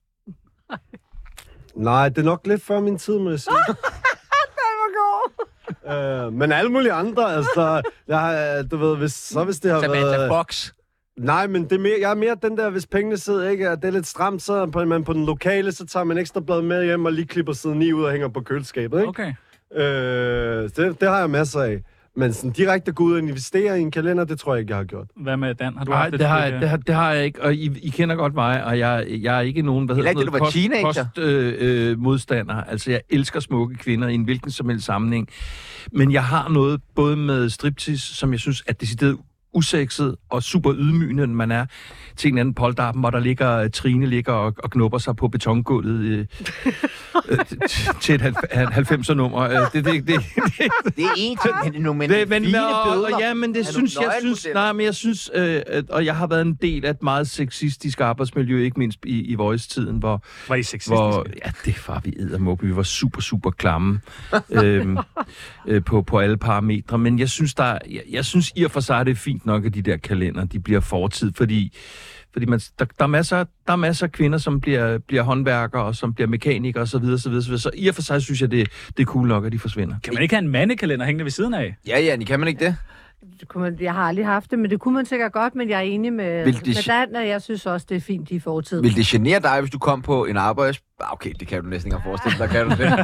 Nej, det er nok lidt før min tid, må jeg sige. Den var god. øh, men alle mulige andre, altså, jeg har, du ved, hvis, så hvis det har Samantha været... Fox. Nej, men det er mere, jeg er mere den der, hvis pengene sidder, ikke, at det er lidt stramt, så på, man på den lokale, så tager man ekstra blad med hjem og lige klipper siden ni ud og hænger på køleskabet, ikke? Okay. Øh, det, det har jeg masser af. Men sådan direkte gå ud og investere i en kalender, det tror jeg ikke, jeg har gjort. Hvad med Dan? Har du Nej, haft det, har jeg, det, har, det har jeg ikke, og I, I kender godt mig, og jeg, jeg er ikke nogen, hvad hedder det, noget, post, post øh, øh, modstander. Altså, jeg elsker smukke kvinder i en hvilken som helst sammenhæng. Men jeg har noget både med striptease, som jeg synes er decideret usekset og super ydmygende, når man er til en anden polterappen, hvor der ligger, Trine ligger og, og knupper sig på betongulvet øh, øh, til et halvfemser-nummer. Øh, det, det, det, det, det er en ting, men nogle fine billeder. Ja, men det synes jeg, synes, nej, men jeg synes, øh, og jeg har været en del af et meget sexistisk arbejdsmiljø, ikke mindst i, i Voice-tiden, hvor... Var I sexistiske? Hvor, ja, det var vi eddermukke. Vi var super, super klamme øh, øh, på, på alle parametre. Men jeg synes, der, jeg, jeg synes i og for sig, det er fint nok, at de der kalender, de bliver fortid, fordi, fordi man, der, der, er masser, der er masser af kvinder, som bliver, bliver håndværkere, og som bliver mekanikere, osv., så, så, så, så i og for sig synes jeg, det, det er cool nok, at de forsvinder. Kan man ikke have en mandekalender hængende ved siden af? Ja, ja, kan man ikke det? Det kunne man, jeg har aldrig haft det, men det kunne man sikkert godt, men jeg er enig med, med Dan, og jeg synes også, det er fint, de er fortid. Vil det genere dig, hvis du kom på en arbejds... Okay, det kan du næsten ikke have forestillet dig, kan du det?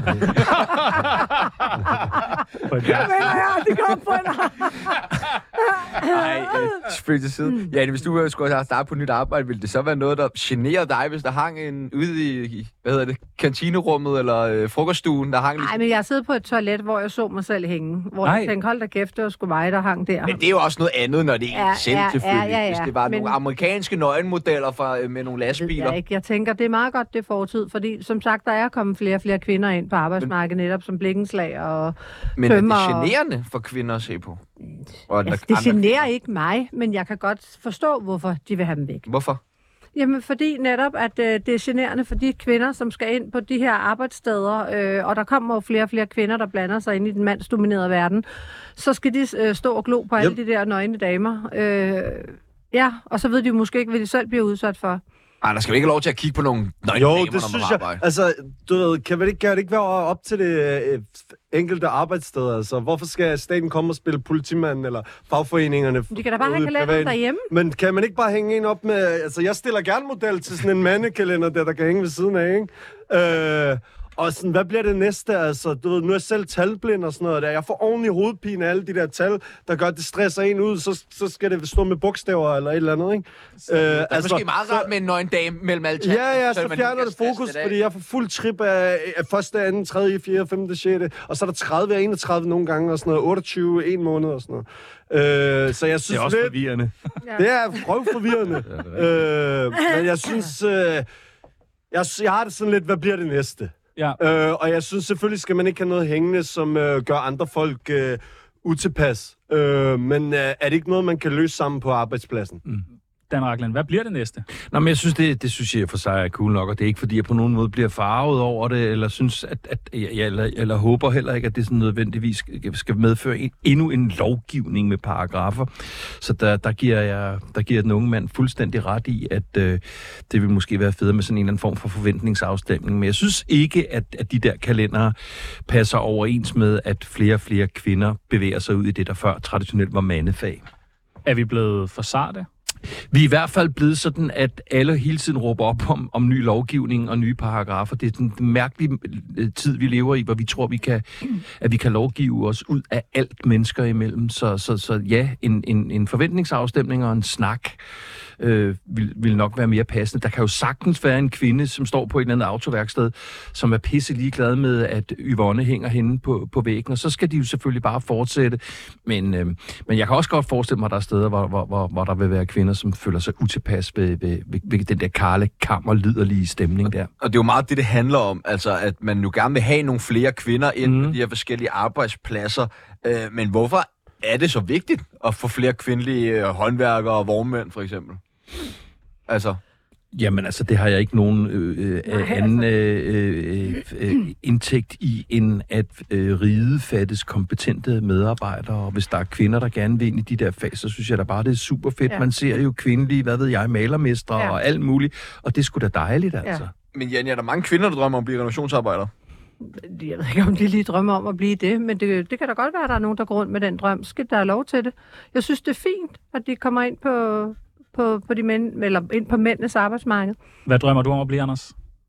Hvad mener jeg? Det kom på en Nej, selvfølgelig til side. Ja, hvis du skulle have startet på nyt arbejde, ville det så være noget, der generer dig, hvis der hang en ude i, hvad hedder det, kantinerummet eller øh, frokoststuen, der hang... Nej, men jeg sidder på et toilet, hvor jeg så mig selv hænge. Hvor Nej. jeg tænkte, hold da kæft, det var sgu mig, der hang der. Men det er jo også noget andet, når det er ja, en selv, ja, selvfølgelig. Ja, ja, ja. Hvis det var men... nogle amerikanske nøgenmodeller fra, øh, med nogle lastbiler. Jeg, ikke. jeg tænker, det er meget godt, det er fortid, fordi som sagt, der er kommet flere og flere kvinder ind på arbejdsmarkedet, netop som blikkenslag og men tømmer. Men er det generende for kvinder at se på? Og ja, det generer ikke mig, men jeg kan godt forstå, hvorfor de vil have dem væk. Hvorfor? Jamen, fordi netop, at øh, det er generende for de kvinder, som skal ind på de her arbejdssteder, øh, og der kommer jo flere og flere kvinder, der blander sig ind i den mandsdominerede verden, så skal de øh, stå og glo på alle yep. de der nøgne damer. Øh, Ja, og så ved de jo måske ikke, hvad de selv bliver udsat for. Ej, der skal vi ikke have lov til at kigge på nogle nøgne Jo, damer, det når synes man jeg. arbejder. Altså, du ved, kan det ikke, kan det ikke være op til det øh, enkelte arbejdssted? Altså, hvorfor skal staten komme og spille politimanden eller fagforeningerne? De kan da bare have kalender derhjemme. Men kan man ikke bare hænge en op med... Altså, jeg stiller gerne model til sådan en mandekalender, der, der kan hænge ved siden af, ikke? Øh, og sådan, hvad bliver det næste? Altså, du ved, nu er jeg selv talblind og sådan noget der. Jeg får ordentlig hovedpine af alle de der tal, der gør, at det stresser en ud. Så, så skal det stå med bogstaver eller et eller andet, ikke? Øh, det er altså, måske meget rart med en nøgen dame mellem alle tal. Ja, ja, så, så fjerner det fokus, det fordi jeg får fuld trip af, af første, anden, tredje, fjerde, femte, sjette. Og så er der tredive og enogtredive nogle gange, og sådan noget. otteogtyve, en måned og sådan noget. Øh, så jeg synes det er også lidt, forvirrende. Det er røvforvirrende. øh, men jeg synes... Øh, jeg, jeg har det sådan lidt, hvad bliver det næste? Ja. Øh, og jeg synes selvfølgelig skal man ikke have noget hængende, som øh, gør andre folk øh, utilpas. Øh, men øh, er det ikke noget, man kan løse sammen på arbejdspladsen? Mm. Dan Rachlin, hvad bliver det næste? Nå, men jeg synes, det, det synes jeg for sig er cool nok, og det er ikke, fordi jeg på nogen måde bliver farvet over det, eller synes, at, at jeg, eller, eller håber heller ikke, at det sådan nødvendigvis skal medføre en, endnu en lovgivning med paragrafer. Så der, der, giver jeg, der giver den unge mand fuldstændig ret i, at øh, det vil måske være federe med sådan en eller anden form for forventningsafstemning. Men jeg synes ikke, at, at de der kalendere passer overens med, at flere og flere kvinder bevæger sig ud i det, der før traditionelt var mandefag. Er vi blevet for sarte? Vi er i hvert fald blevet sådan, at alle hele tiden råber op om, om ny lovgivning og nye paragrafer. Det er den mærkelige tid, vi lever i, hvor vi tror, vi kan, at vi kan lovgive os ud af alt mennesker imellem. Så, så, så ja, en, en, en forventningsafstemning og en snak øh, vil, vil nok være mere passende. Der kan jo sagtens være en kvinde, som står på et eller andet autoværksted, som er pisse ligeglad med, at Yvonne hænger henne på, på væggen, og så skal de jo selvfølgelig bare fortsætte. Men, øh, men jeg kan også godt forestille mig, at der er steder, hvor, hvor, hvor, hvor der vil være kvinder, som føler sig utilpas ved, ved, ved, ved den der karle kammer liderlige stemning der. Og det er jo meget det, det handler om, altså at man jo gerne vil have nogle flere kvinder ind mm. på de her forskellige arbejdspladser. Øh, men hvorfor er det så vigtigt at få flere kvindelige øh, håndværkere og vognmænd, for eksempel? Altså... Jamen altså, det har jeg ikke nogen øh, øh, anden øh, øh, øh, indtægt i, end at øh, ride fattes kompetente medarbejdere. Og hvis der er kvinder, der gerne vil ind i de der fag, så synes jeg da bare, det er super fedt. Ja. Man ser jo kvindelige, hvad ved jeg, malermestre ja. og alt muligt. Og det er sgu da dejligt, altså. Ja. Men Jan, er der mange kvinder, der drømmer om at blive renovationsarbejdere? Jeg ved ikke, om de lige drømmer om at blive det, men det, det kan da godt være, at der er nogen, der går rundt med den drøm. Skal der have lov til det? Jeg synes, det er fint, at de kommer ind på... På, på de mænd, eller ind på mændenes arbejdsmarked. Hvad drømmer du om at blive, Anders?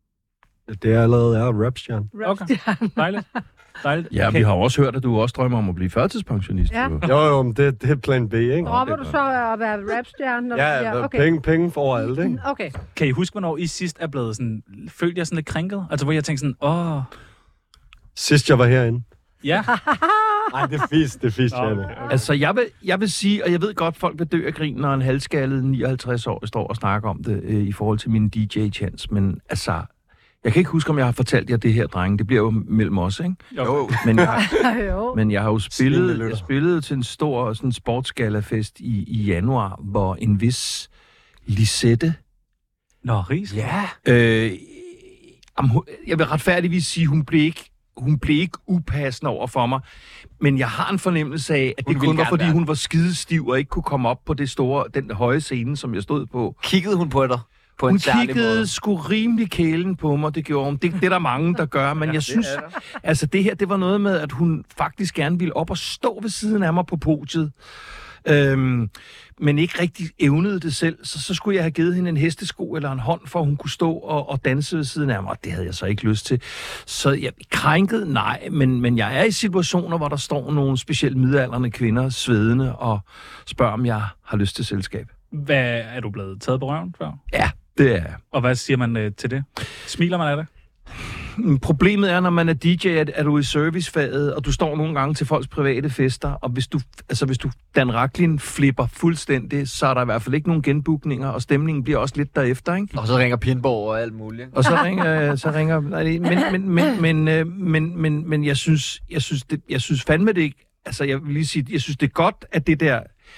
Det er allerede er rapstjerne. Okay, dejligt. dejligt. Ja, okay. Vi har også hørt, at du også drømmer om at blive førtidspensionist. Ja. Jo, jo, men det, det er plan B, ikke? Dropper du så at være rapstjerne? Ja, ja okay. penge, penge for alt, ikke? Okay. Kan I huske, hvornår I sidst er blevet sådan... Følte jeg sådan lidt krænket? Altså, hvor jeg tænkte sådan, åh... Sidst jeg var herinde. Ja. Nej, det er fisk, det er fisk, okay, okay. Altså, jeg vil, jeg vil sige, og jeg ved godt, folk vil dø af grin, når en halvskaldet nioghalvtreds år står og snakker om det øh, i forhold til min D J-chance, men altså, jeg kan ikke huske, om jeg har fortalt jer det her, drenge. Det bliver jo mellem os, ikke? Jo. Men jeg, men jeg har jo spillet, jeg spillet til en stor sådan sportsgalafest i, i januar, hvor en vis Lisette... Nå, Ries? Ja. Øh, jeg vil retfærdigvis sige, hun blev ikke hun blev ikke upassende over for mig, men jeg har en fornemmelse af, at det kun var, fordi være. hun var skidestiv og ikke kunne komme op på det store, den høje scene, som jeg stod på. Kiggede hun på dig? På hun en særlig kiggede måde. sgu rimelig kælen på mig, det gjorde hun. Det, det er der mange, der gør, men jeg synes, altså det her, det var noget med, at hun faktisk gerne ville op og stå ved siden af mig på podiet. Øhm, men ikke rigtig evnede det selv, så, så skulle jeg have givet hende en hestesko eller en hånd, for at hun kunne stå og, og danse ved siden af mig, og det havde jeg så ikke lyst til. Så jeg krænket, nej, men, men jeg er i situationer, hvor der står nogle specielt midaldrende kvinder svedende og spørger, om jeg har lyst til selskab. Hvad, er du blevet taget på røven før? Ja, det er jeg. Og hvad siger man øh, til det? Smiler man af det? Problemet er, når man er D J, at er du i servicefaget, og du står nogle gange til folks private fester, og hvis du, altså hvis du Dan Rachlin flipper fuldstændig, så er der i hvert fald ikke nogen genbookninger, og stemningen bliver også lidt derefter, ikke? Og så ringer Pindborg og alt muligt. Og så ringer, så ringer, nej, men, men, men, men, men, men, men jeg synes, jeg synes, det, jeg synes fandme det ikke, altså jeg vil lige sige, jeg synes det er godt, at det der,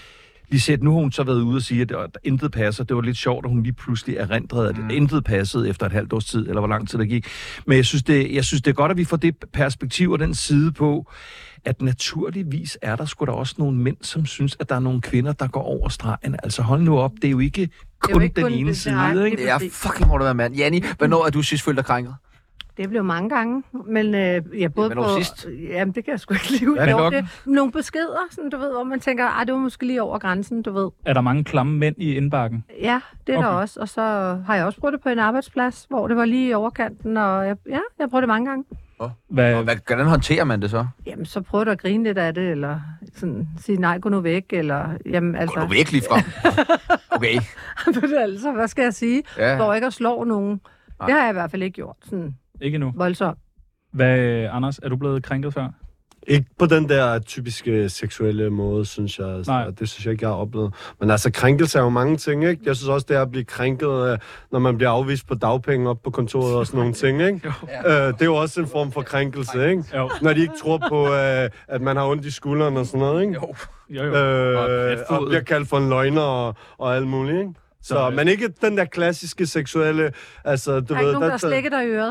Lisette, nu har hun så været ude og sige, at, at intet passer. Det var lidt sjovt, at hun lige pludselig erindrede, at mm. intet passede efter et halvt års tid, eller hvor lang tid der gik. Men jeg synes, det, jeg synes, det er godt, at vi får det perspektiv og den side på, at naturligvis er der sgu da også nogle mænd, som synes, at der er nogle kvinder, der går over stregen. Altså hold nu op, det er jo ikke kun jo ikke den kun ene side, nej, ikke? Det er fucking hårdt at være mand. Janni, hvornår er du sidst følt dig krænket? Det blev mange gange, men øh, jeg både ja, på... sidst? Jamen, det kan jeg sgu ikke lige ud. Jo, det, nogle beskeder, sådan, du ved, hvor man tænker, ah, det var måske lige over grænsen, du ved. Er der mange klamme mænd i indbakken? Ja, det er okay. Der også. Og så har jeg også prøvet det på en arbejdsplads, hvor det var lige i overkanten, og jeg, ja, jeg har prøvet det mange gange. Oh. Hvad, og hvad, hvordan håndterer man det så? Jamen, så prøver du at grine lidt af det, eller sådan, sige nej, gå nu væk, eller... Jamen, altså... Gå nu væk lige frem. Okay. altså, hvad skal jeg sige? Ja. For ikke at slå nogen. Nej. Det har jeg i hvert fald ikke gjort. Sådan ikke nu. Voldsomt. Hvad, Anders, er du blevet krænket før? Ikke på den der typiske seksuelle måde, synes jeg. Altså, det synes jeg ikke, jeg har oplevet. Men altså, krænkelse er jo mange ting, ikke? Jeg synes også, det er at blive krænket, når man bliver afvist på dagpenge op på kontoret og sådan nogle ting, ikke? Ja. Øh, det er jo også en form for krænkelse, ikke? Jo. Når de ikke tror på, øh, at man har ondt i skulderen og sådan noget, ikke? Jo. Jo, jo. Øh, og bliver kaldt for en løgner og, og alt muligt, ikke? Så, så men ikke den der klassiske seksuelle... Altså, du der er ved, ikke nogen, der, der slikker dig i øret.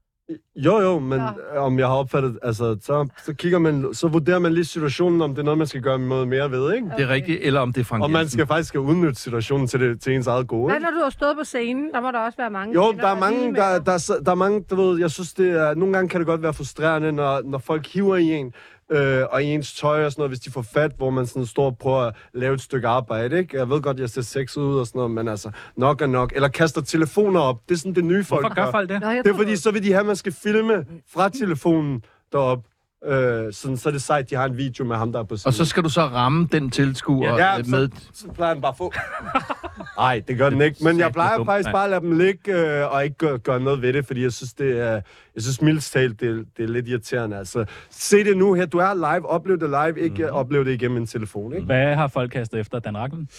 Jo, jo, men ja. Om jeg har opfattet, altså, så, så kigger man, så vurderer man lige situationen, om det er noget, man skal gøre noget mere ved, ikke? Okay. Det er rigtigt, eller om det er Frank Og man skal faktisk udnytte situationen til, det, til ens eget gode, ikke? Nej, når du har stået på scenen, der må der også være mange... Jo, der er mange, der, der, der, der er mange, du ved, jeg synes, det er, nogle gange kan det godt være frustrerende, når, når folk hiver i en, øh, og i ens tøj og sådan noget, hvis de får fat, hvor man sådan står og prøver at lave et stykke arbejde, ikke? Jeg ved godt, jeg ser sexet ud og sådan noget, men altså, nok er nok. Eller kaster telefoner op. Det er sådan det nye folk. Hvorfor gør folk det? Nå, det er fordi, så vil de have, at man skal filme fra telefonen derop. Øh, sådan, så er det sejt, de har en video med ham, der er på siden. Og så skal du så ramme den tilskuer ja, med... Så, så plejer den bare at få... Nej, det gør den ikke. Men jeg plejer faktisk bare at lade dem ligge, øh, og ikke gøre, gøre noget ved det, fordi jeg synes, det er... Jeg synes, mildest talt, det, det er lidt irriterende. Altså, se det nu her. Du er live. Oplev det live. Ikke mm. oplev det igennem en telefon, ikke? Hvad har folk kastet efter Dan Rachlin?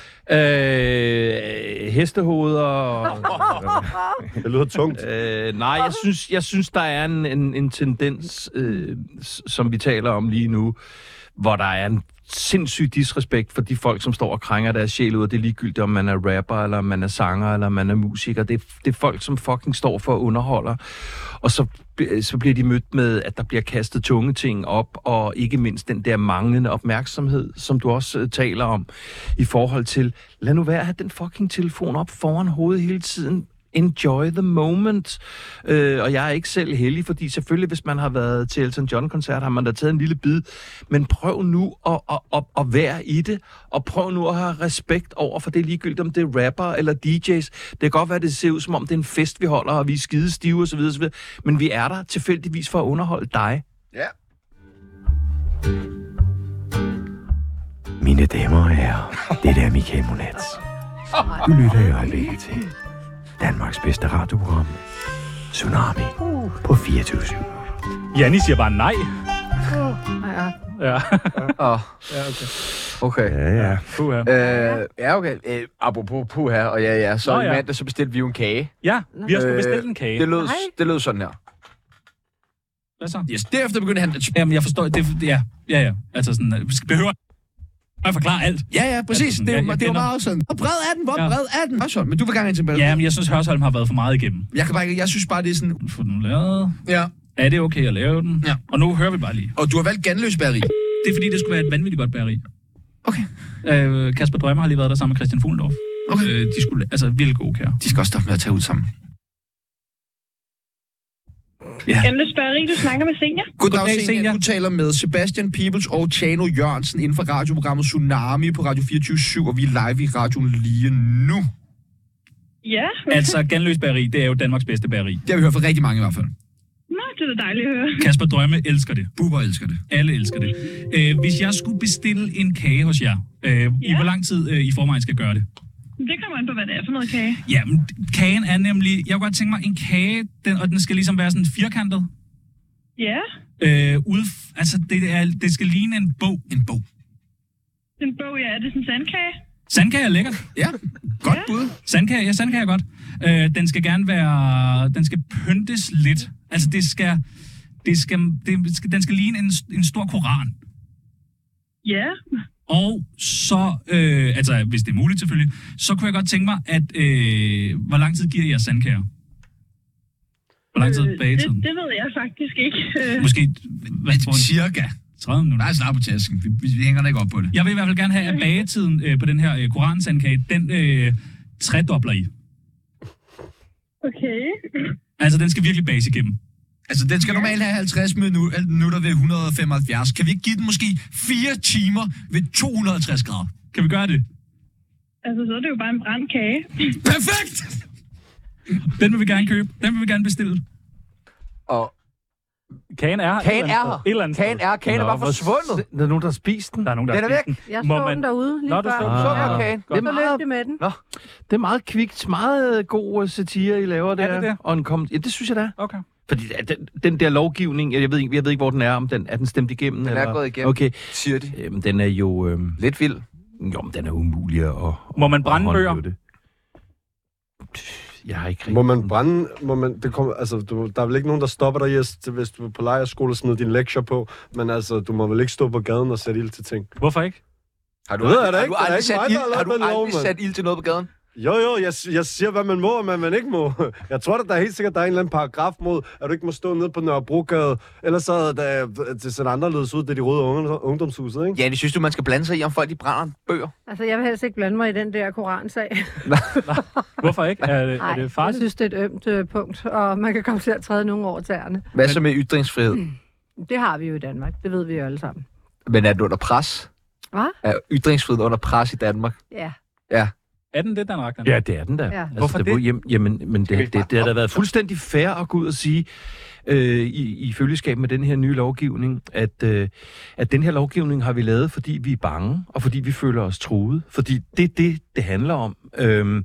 Øh, hestehoveder. Det lyder tungt. Øh, nej, jeg synes, jeg synes, der er en, en, en tendens, øh, som vi taler om lige nu, hvor der er en sindssyg disrespekt for de folk, som står og krænger deres sjæl ud, og det er ligegyldigt, om man er rapper, eller man er sanger, eller man er musiker. Det er, det er folk, som fucking står for underholder. Og så, så bliver de mødt med, at der bliver kastet tunge ting op, og ikke mindst den der manglende opmærksomhed, som du også uh, taler om, i forhold til, lad nu være at have den fucking telefon op foran hovedet hele tiden. Enjoy the moment. Øh, og jeg er ikke selv heldig, fordi selvfølgelig, hvis man har været til Elton John-koncert, har man da taget en lille bid. Men prøv nu at, at, at, at være i det, og prøv nu at have respekt over, for det er ligegyldigt, om det er rapper eller D J's. Det kan godt være, det ser ud, som om det er en fest, vi holder, og vi er skide stive osv. osv. Men vi er der tilfældigvis for at underholde dig. Ja. Mine damer og herrer, det er Michael Monats. Du lytter i øjeblikket til Danmarks bedste radioprogram, Tsunami, på fireogtyve syv. Janni siger bare nej. Uh, ja. Ja. Oh. Ja, okay. Okay. Ja, ja. Puha. Øh, ja, okay. Øh, apropos puha, og ja, ja, så Nå, i ja. mandag, så bestilte vi jo en kage. Ja, vi har sgu Øh, bestilt en kage. Det lød, Nej. det lød sådan her. Hvad så? Yes, derefter begyndte han... Jamen, jeg forstår... Det, ja, ja, ja. Altså sådan... Vi skal behøve at forklare alt. Ja, ja, præcis. Altså sådan, det, er, jeg, jeg det var kender- meget sådan. Hvor bred er den? Hvor Ja. bred er den? Hørsholm, men du vil gerne ind til Bælge. Ja, men jeg synes, Hørsholm har været for meget igennem. Jeg kan bare ikke... Jeg synes bare, det er sådan... Få den lavet. Ja. Er det okay at lave den? Ja. Og nu hører vi bare lige. Og du har valgt Ganløs Bageri. Det er fordi, det skulle være et vanvittigt godt bageri. Okay. Øh, Kasper Drømmer har lige været der sammen med Christian Fuglendorf. Okay. Øh, de skulle... Altså, vildt gode kære. De skal også stoppe med at tage ud sammen. Ja. Ganløs Bageri, du snakker med Senior. Goddag, Goddag, Senior. Senior. Du taler med Sebastian Peebles og Tjano Jørgensen inden for radioprogrammet Tsunami på Radio fireogtyve syv, og vi er live i radioen lige nu. Ja, Altså, Ganløs Bageri, det er jo Danmarks bedste bageri. Det har vi hørt fra rigtig mange i hvert fald. nå, det er da dejligt at høre. Kasper Drømme elsker det. Bubber elsker det. Alle elsker det. Øh, hvis jeg skulle bestille en kage hos jer, øh, ja. i hvor lang tid øh, i forvejen skal gøre det? Det kommer an på, hvad det er for noget kage. Jamen, kagen er nemlig... Jeg kunne godt tænke mig en kage, den, og den skal ligesom være sådan firkantet. Ja, Øh, ude, altså, det, er, det skal ligne en bog. En bog. en bog, ja, er det sådan en sandkage? Sandkage er lækkert. Ja, godt Ja. bud. Sandkage, ja, sandkage er godt. Øh, den skal gerne være... Den skal pyntes lidt. Altså, det skal... Det skal, det skal, den skal ligne en, en stor koran. Ja, Og så, øh, altså hvis det er muligt selvfølgelig, så kunne jeg godt tænke mig, at øh, hvor lang tid giver I jeres sandkager? Hvor lang tid Øh, bagetiden? det, det ved jeg faktisk ikke. Øh, Måske, hvad tror du? Cirka. tredive minutter. Nej, snart på tasken. Vi, vi hænger da ikke op på det. Jeg vil i hvert fald gerne have, at bagetiden øh, på den her øh, koransandkage, den øh, tredobler I. okay. Altså, den skal virkelig bages igennem. Altså, den skal normalt have halvtreds minutter ved et hundrede og femoghalvfjerds. Kan vi ikke give den måske fire timer ved to hundrede og halvtreds grader? Kan vi gøre det? Altså, så er det jo bare en brændt kage. Perfekt! Den vil vi gerne købe. Den vil vi gerne bestille. Og Kagen er kagen et er eller andet sted. Et eller her. andet Kagen sted. er Kagen er bare forsvundet. Der er nogen, der har spist den. Der er nogen, der Den har er spist væk. Jeg Må så man- den derude lige Nå, du før. så den. Så Ah. var kagen. Så løb det med den. Nå. Det er meget kvikt, meget god uh, satire, I laver der. Er det det? Og en kom- ja, det synes jeg da. Okay. Fordi den, den der lovgivning, jeg ved, ikke, jeg ved ikke, hvor den er, om den er den stemt igennem. Den er eller? gået igennem, Okay. siger de. Jamen, den er jo... Øhm, Lidt vild. jo, men den er umulig at... Må man brænde at bøger? håndhæve det. Jeg har ikke rigtig... Må man brænde... Må man, det kommer, altså, du, der er vel ikke nogen, der stopper dig, Jes, til, hvis du er på lejrskole og smider dine lektier på. Men altså, du må vel ikke stå på gaden og sætte ild til ting. Hvorfor ikke? Har du, Det ved jeg da har ikke. du Det er aldrig, ikke sat mig, ild, der har har lavet du den lov, aldrig mand. sat ild til noget på gaden? Jo, jo, jeg, jeg siger, hvad man må, og hvad man ikke må. Jeg tror, at der er helt sikkert, der er en eller anden paragraf mod, at du ikke må stå nede på Nørrebrogade. Ellers så havde det, det set anderledes ud, det de røde unge, ungdomshuset, ikke? Ja, det synes du, man skal blande sig i, om folk de brænder bøger? Altså, jeg vil helst ikke blande mig i den der koransag. Hvorfor ikke? Er det, Nej, er det jeg farligt? synes, det er et ømt øh, punkt, og man kan komme til at træde nogen over tæerne. Hvad så med ytringsfrihed? Det har vi jo i Danmark, det ved vi jo alle sammen. Men er det under pres? Hvad? Er ytringsfrihed under pres i Danmark? Ja. Ja. Er den det, Dan Ragnar? Ja, det er den da. Ja. Altså, Hvorfor det? Var, jamen, jamen, men det, det, det, det har da været fuldstændig fair at gå ud og sige, øh, i, i følgeskab med den her nye lovgivning, at, øh, at den her lovgivning har vi lavet, fordi vi er bange, og fordi vi føler os truet. Fordi det er det, det handler om. Øhm,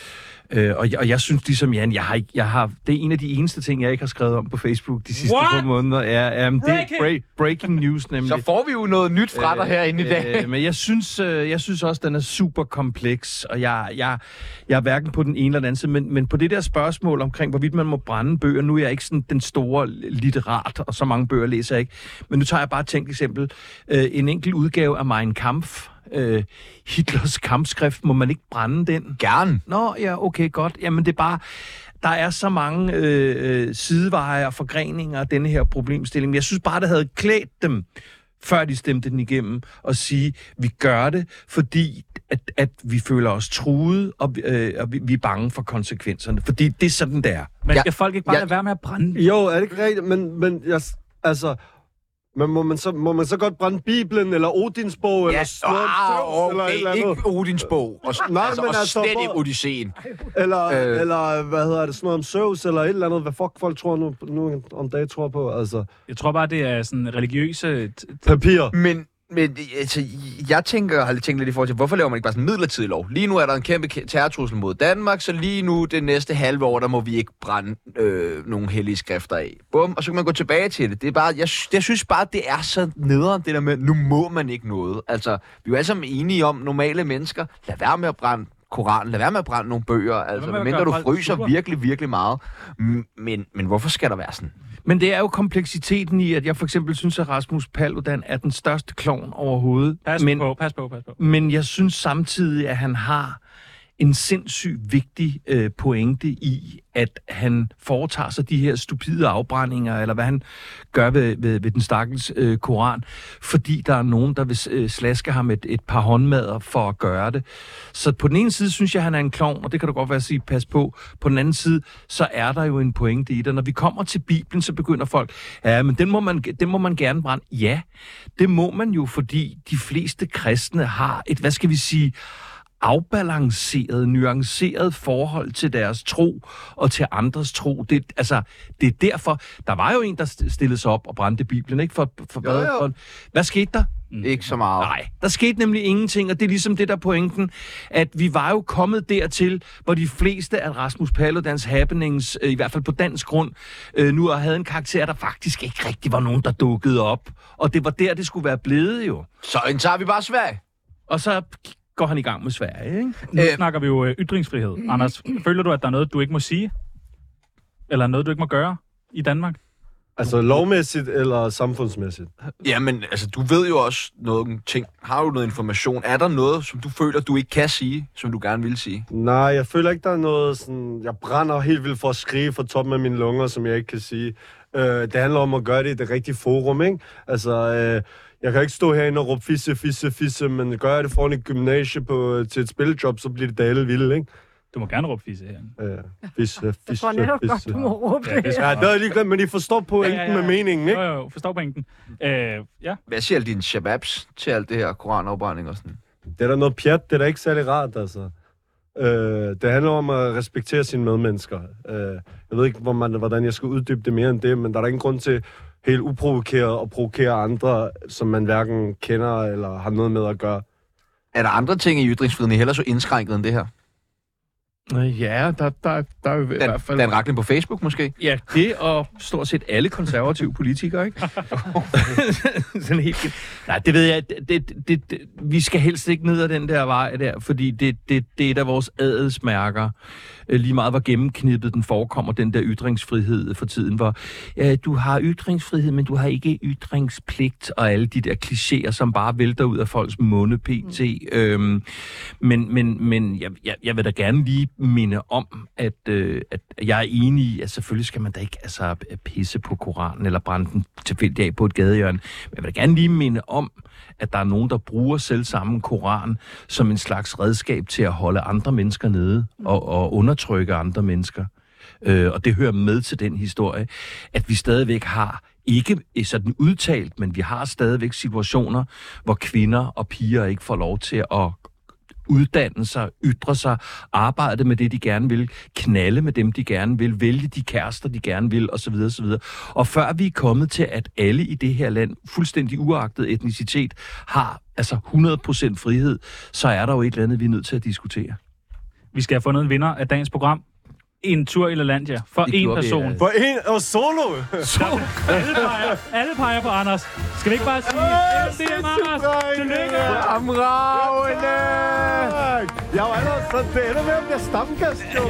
Øh, og, jeg, og jeg synes ligesom Jan, jeg har, ikke, jeg har, det er en af de eneste ting, jeg ikke har skrevet om på Facebook de sidste par måneder. Er, um, det er break, breaking news nemlig. Så får vi jo noget nyt fra dig herinde i dag. Øh, men jeg synes, øh, jeg synes også, den er super kompleks, og jeg, jeg, jeg er hverken på den ene eller den anden side, men, men på det der spørgsmål omkring, hvorvidt man må brænde bøger, nu er jeg ikke sådan den store litterat, og så mange bøger læser jeg ikke. Men nu tager jeg bare et tænkt eksempel. Øh, en enkelt udgave af Mein Kampf, Øh, Hitlers kampskrift, må man ikke brænde den? Gerne. Nå, ja, okay, godt. Jamen, det er bare... Der er så mange øh, sideveje og forgreninger af denne her problemstilling. Jeg synes bare, det havde klædt dem, før de stemte den igennem, og sige, vi gør det, fordi at, at vi føler os truet, og, øh, og vi, vi er bange for konsekvenserne. Fordi det er sådan, det er. Men skal folk ikke bare lade være med at brænde? Jo, er det ikke rigtigt? Men, men jeg, altså... Men må man, så, må man så godt brænde Bibelen, eller Odins bog, eller Ja, sådan noget, ah, eller et eller okay, andet? ikke Odins bog. Og, Nej, altså, men og altså, slet hvor- ikke Odysseen. Eller, Øh. øh. eller, hvad hedder det, sådan noget om Zeus, eller et eller andet, hvad fuck folk tror nu, nu om dagen tror på, altså. Jeg tror bare, det er sådan religiøse... t- t- Papir. Men, men altså, jeg tænker, jeg har lidt tænkt lidt i forhold til, hvorfor laver man ikke bare sådan en midlertidig lov? Lige nu er der en kæmpe ke- terrortrussel mod Danmark, så lige nu, det næste halve år, der må vi ikke brænde øh, nogle hellige skrifter af. Bum, og så kan man gå tilbage til det. Det er bare, jeg, jeg synes bare, det er så nederen, det der med, nu må man ikke noget. Altså, vi er jo alle sammen enige om, normale mennesker, lad være med at brænde Koranen, lad være med at brænde nogle bøger, altså, med at medmindre gøre du folk fryser sure. virkelig, virkelig meget. M- Men, men hvorfor skal der være sådan? Men det er jo kompleksiteten i, at jeg for eksempel synes, at Rasmus Paludan er den største klovn overhovedet. Pas men, på, pas på, pas på. Men jeg synes samtidig, at han har en sindssygt vigtig øh, pointe i, at han foretager sig de her stupide afbrændinger, eller hvad han gør ved, ved, ved den stakkels øh, koran, fordi der er nogen, der vil øh, slaske ham et, et par håndmadder for at gøre det. Så på den ene side synes jeg, at han er en klovn, og det kan du godt være at sige, pas på. På den anden side, så er der jo en pointe i det. Når vi kommer til Bibelen, så begynder folk, ja, men den må man, den må man gerne brænde. Ja, det må man jo, fordi de fleste kristne har et, hvad skal vi sige, afbalanceret, nuanceret forhold til deres tro og til andres tro. Det, altså, det er derfor, der var jo en, der stillede sig op og brændte Bibelen, ikke? For, for, Jo, jo. for, hvad skete der? Mm. Ikke så meget. Nej, der skete nemlig ingenting, og det er ligesom det der pointen, at vi var jo kommet dertil, hvor de fleste af Rasmus Paludans happenings, øh, i hvert fald på dansk grund, øh, nu havde en karakter, der faktisk ikke rigtig var nogen, der dukkede op. Og det var der, det skulle være blevet jo. Så indtager vi bare Sverige. Og så går han i gang med Sverige, ikke? Nu Øh. snakker vi jo øh, ytringsfrihed. Anders, føler du, at der er noget, du ikke må sige? Eller noget, du ikke må gøre i Danmark? Altså lovmæssigt eller samfundsmæssigt? Jamen, altså, du ved jo også nogle ting. Har du noget information? Er der noget, som du føler, du ikke kan sige, som du gerne vil sige? Nej, jeg føler ikke, der er noget sådan... Jeg brænder helt vildt for at skrige fra toppen af mine lunger, som jeg ikke kan sige. Øh, det handler om at gøre det i det rigtige forum, ikke? Altså, øh, jeg kan ikke stå herinde og råbe fisse, fisse, fisse, men gør jeg det foran et gymnasie på, til et spiljob, så bliver det da alle vildt, ikke? Du må gerne råbe fisse herinde. Ja, fisse, fisse, Jeg tror netop godt, du må råbe det. Ja, det er lige glemt, men I forstår pointen ja, ja, ja. med meningen, ikke? Jo, jo, forstår pointen. Øh, ja. Hvad siger alle dine shababs til alt det her koranafbrænding og sådan? Det er da noget pjat, det er da ikke særlig rart, altså. Øh, det handler om at respektere sine medmennesker. Øh, jeg ved ikke, hvor man, hvordan jeg skal uddybe det mere end det, men der er der ingen grund til helt uprovokeret at provokere andre, som man hverken kender eller har noget med at gøre. Er der andre ting i ytringsfriheden, I heller så indskrænket end det her? Ja, der, der, der er jo i Dan, hvert fald... Dan Rachlin på Facebook måske? Ja, det og stort set alle konservative politikere, ikke? Sådan helt... Nej, det ved jeg. Det, det, det, det, vi skal helst ikke ned ad den der vej der, fordi det, det, det er et af vores adelsmærker. Lige meget hvor gennemknippet den forekommer, den der ytringsfrihed for tiden, hvor ja, du har ytringsfrihed, men du har ikke ytringspligt, og alle de der klichéer, som bare vælter ud af folks munde pt. Mm. Øhm, men men, men jeg, jeg, jeg vil da gerne lige minde om, at, øh, at jeg er enig i, at selvfølgelig skal man da ikke altså, pisse på Koranen, eller brænde den tilfældigt af på et gadehjørne. Men jeg vil da gerne lige minde om, at der er nogen, der bruger selv samme Koran som en slags redskab til at holde andre mennesker nede og, og undertrykke andre mennesker. Øh, og det hører med til den historie, at vi stadigvæk har, ikke sådan udtalt, men vi har stadigvæk situationer, hvor kvinder og piger ikke får lov til at uddanne sig, ytre sig, arbejde med det, de gerne vil, knalde med dem, de gerne vil, vælge de kærester, de gerne vil, osv. osv. Og før vi er kommet til, at alle i det her land, fuldstændig uagtet etnicitet, har altså hundrede procent frihed, så er der jo et eller andet, vi er nødt til at diskutere. Vi skal have fundet en vinder af dagens program. En tur i LaLandia. For en person. Vi, ja. For en og solo! solo. alle, peger, alle peger på Anders. Skal vi ikke bare sige, at det er Anders? Tillykke! Fremragende! Jeg var allerede sådan, det ender med at blive stamgast, jo.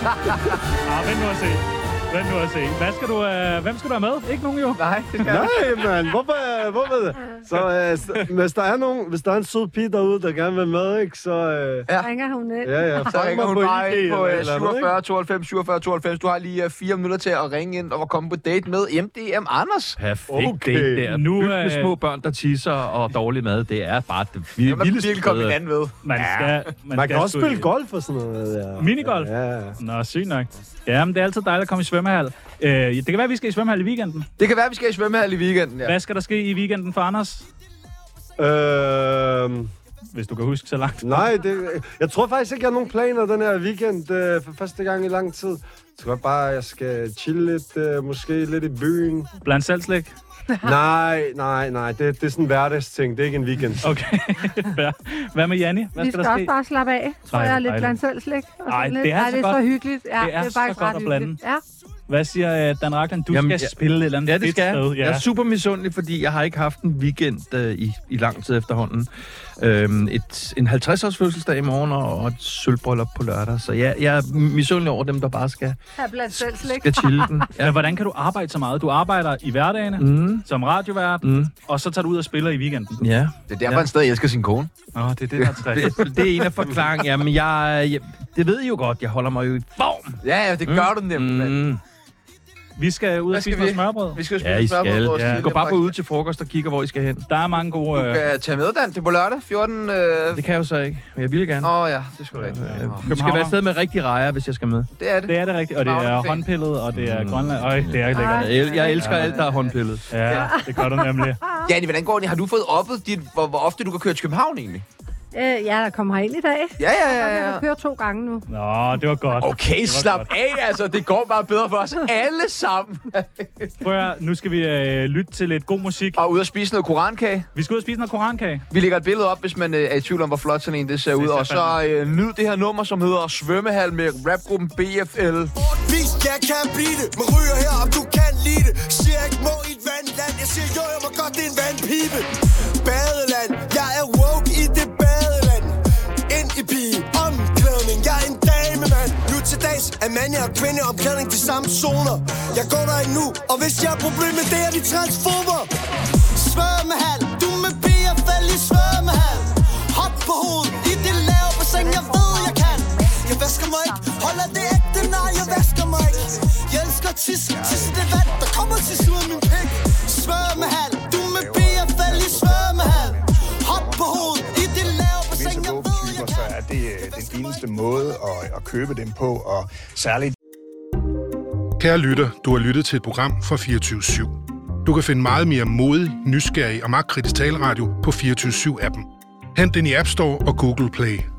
Ah, vent nu at se. Vent nu at se. Hvad skal du, øh, hvem skal du have med? Ikke nogen jo? Nej, det skal Nej, mand. Hvorfor? Hvorfor? Så øh, hvis der er nogen, hvis der er en sød pige derude, der gerne vil med, ikke, så... Øh, ja. ringer hun ind. Ja, ja. Så ringer hun bare ind på øh, syvogfyrre tooghalvfems syvogfyrre tooghalvfems. Du har lige uh, fire minutter til at ringe ind og komme på date med M D M Anders. Perfekt okay. date der. Nu er øh... små børn, der tisser og dårlig mad. Det er bare det vildeste. Man kan virkelig komme hinanden ved. Man, skal, ja. man, man skal kan også spille golf og sådan noget. Ja. Minigolf? Ja, ja. Nå, sygt nok. Ja, men det er altid dejligt at komme i svømmehal. Øh, det kan være, at vi skal i svømmehal i weekenden. Det kan være, at vi skal i svømmehal i weekenden, ja. Hvad skal der ske i weekenden for Anders? Øh... Hvis du kan huske så langt. Nej, det, jeg tror faktisk ikke, jeg har nogen planer den her weekend øh, for første gang i lang tid. Jeg tror bare, jeg skal chille lidt, øh, måske lidt i byen. Blandt selv slik? nej, nej, nej. Det, det er sådan en hverdagsting. Det er ikke en weekend. Okay. Hvad med Janni? Hvad vi skal, skal der også bare slappe af. Tror jeg er lidt blandt selv slik. Nej, det er, Ej, det er så hyggeligt. Ja, det er, det er så godt at blande. Ja. Hvad siger uh, Dan Rachlin? Du Jamen, skal ja, spille et eller andet ja, det skal fedt sted. Ja. Jeg er super misundelig, fordi jeg har ikke haft en weekend uh, i, i lang tid efterhånden. Øhm, et, en halvtreds-års fødselsdag i morgen og et sølvbryllup på lørdag. Så ja, jeg er misundelig over dem, der bare skal, skal chille den. Ja. Men hvordan kan du arbejde så meget? Du arbejder i hverdagene mm. som radiovært, mm. og så tager du ud og spiller i weekenden. Ja. Det er derfor, ja. han stadig elsker sin kone. Åh, oh, det er det, der er træk. det, det er en af forklaringen. Ja, men jeg, jeg, det ved I jo godt. Jeg holder mig jo i form. Ja, ja, det gør mm. du nemlig. Mm. Vi skal ud og spise noget smørbrød. Vi skal ja, I skal. Ja. Gå bare på ud ude til frokost og kigger, hvor I skal hen. Der er mange gode... Du kan tage med, Dan. Det er på lørdag. fjorten... Øh... Det kan jeg jo så ikke. Men jeg vil gerne. Åh oh, ja, det skal du ikke. Du skal være et sted med rigtig rejer, hvis jeg skal med. Det er det. Det er det rigtigt. Og det er håndpillet, og det er mm. Grønland. Øj, det er lækkert. Jeg, jeg elsker ja. alt, der er håndpillet. Ja, det gør du nemlig. Janni, hvordan går det? Har du fået oppet, dit, hvor, hvor ofte du kan køre til København egentlig? Øh, ja, der kommer herind i dag. Ja, ja, ja. ja. Jeg har kørt to gange nu. Nå, det var godt. Okay, slap godt. af, altså. Det går bare bedre for os alle sammen. Prøv at, nu skal vi øh, lytte til lidt god musik. Og ud og spise noget korankage. Vi skal ud og spise noget korankage. Vi lægger et billede op, hvis man øh, er i tvivl om, hvor flot sådan en det ser det ud. Og så øh, nyd det her nummer, som hedder Svømmehal med rapgruppen B F L. Vis, jeg kan blive det. Man ryger her, om du kan lide det. Siger ikke må i et vandland. Jeg siger jo, jeg må godt, det er en vandpibe. Badeland. Jeg er woke i det badeland. Ind i pige, omklædning, jeg er en dame, mand. Nu til dags er mand og kvinde omklædning til samme zoner. Jeg går der endnu, og hvis jeg har problemer, det er de transformer. Svømmehal, du med piger, fald i svømmehal. Hop på hovedet i det lave bassin, jeg ved jeg kan. Jeg vasker mig ikke, holder det ægte, nej jeg vasker mig ikke. Jeg elsker tis, tis det vand, der kommer til ud af min pik. Svømmehal, du med piger, fald i svømmehal. Hop på hovedet i det lave bassin, jeg ved jeg kan. Så er det den eneste måde at, at købe dem på, og særligt. Kære lytter, du har lyttet til et program fra fireogtyve syv. Du kan finde meget mere modig, nysgerrig og magtkritisk taleradio på fireogtyve syv appen. Hent den i App Store og Google Play.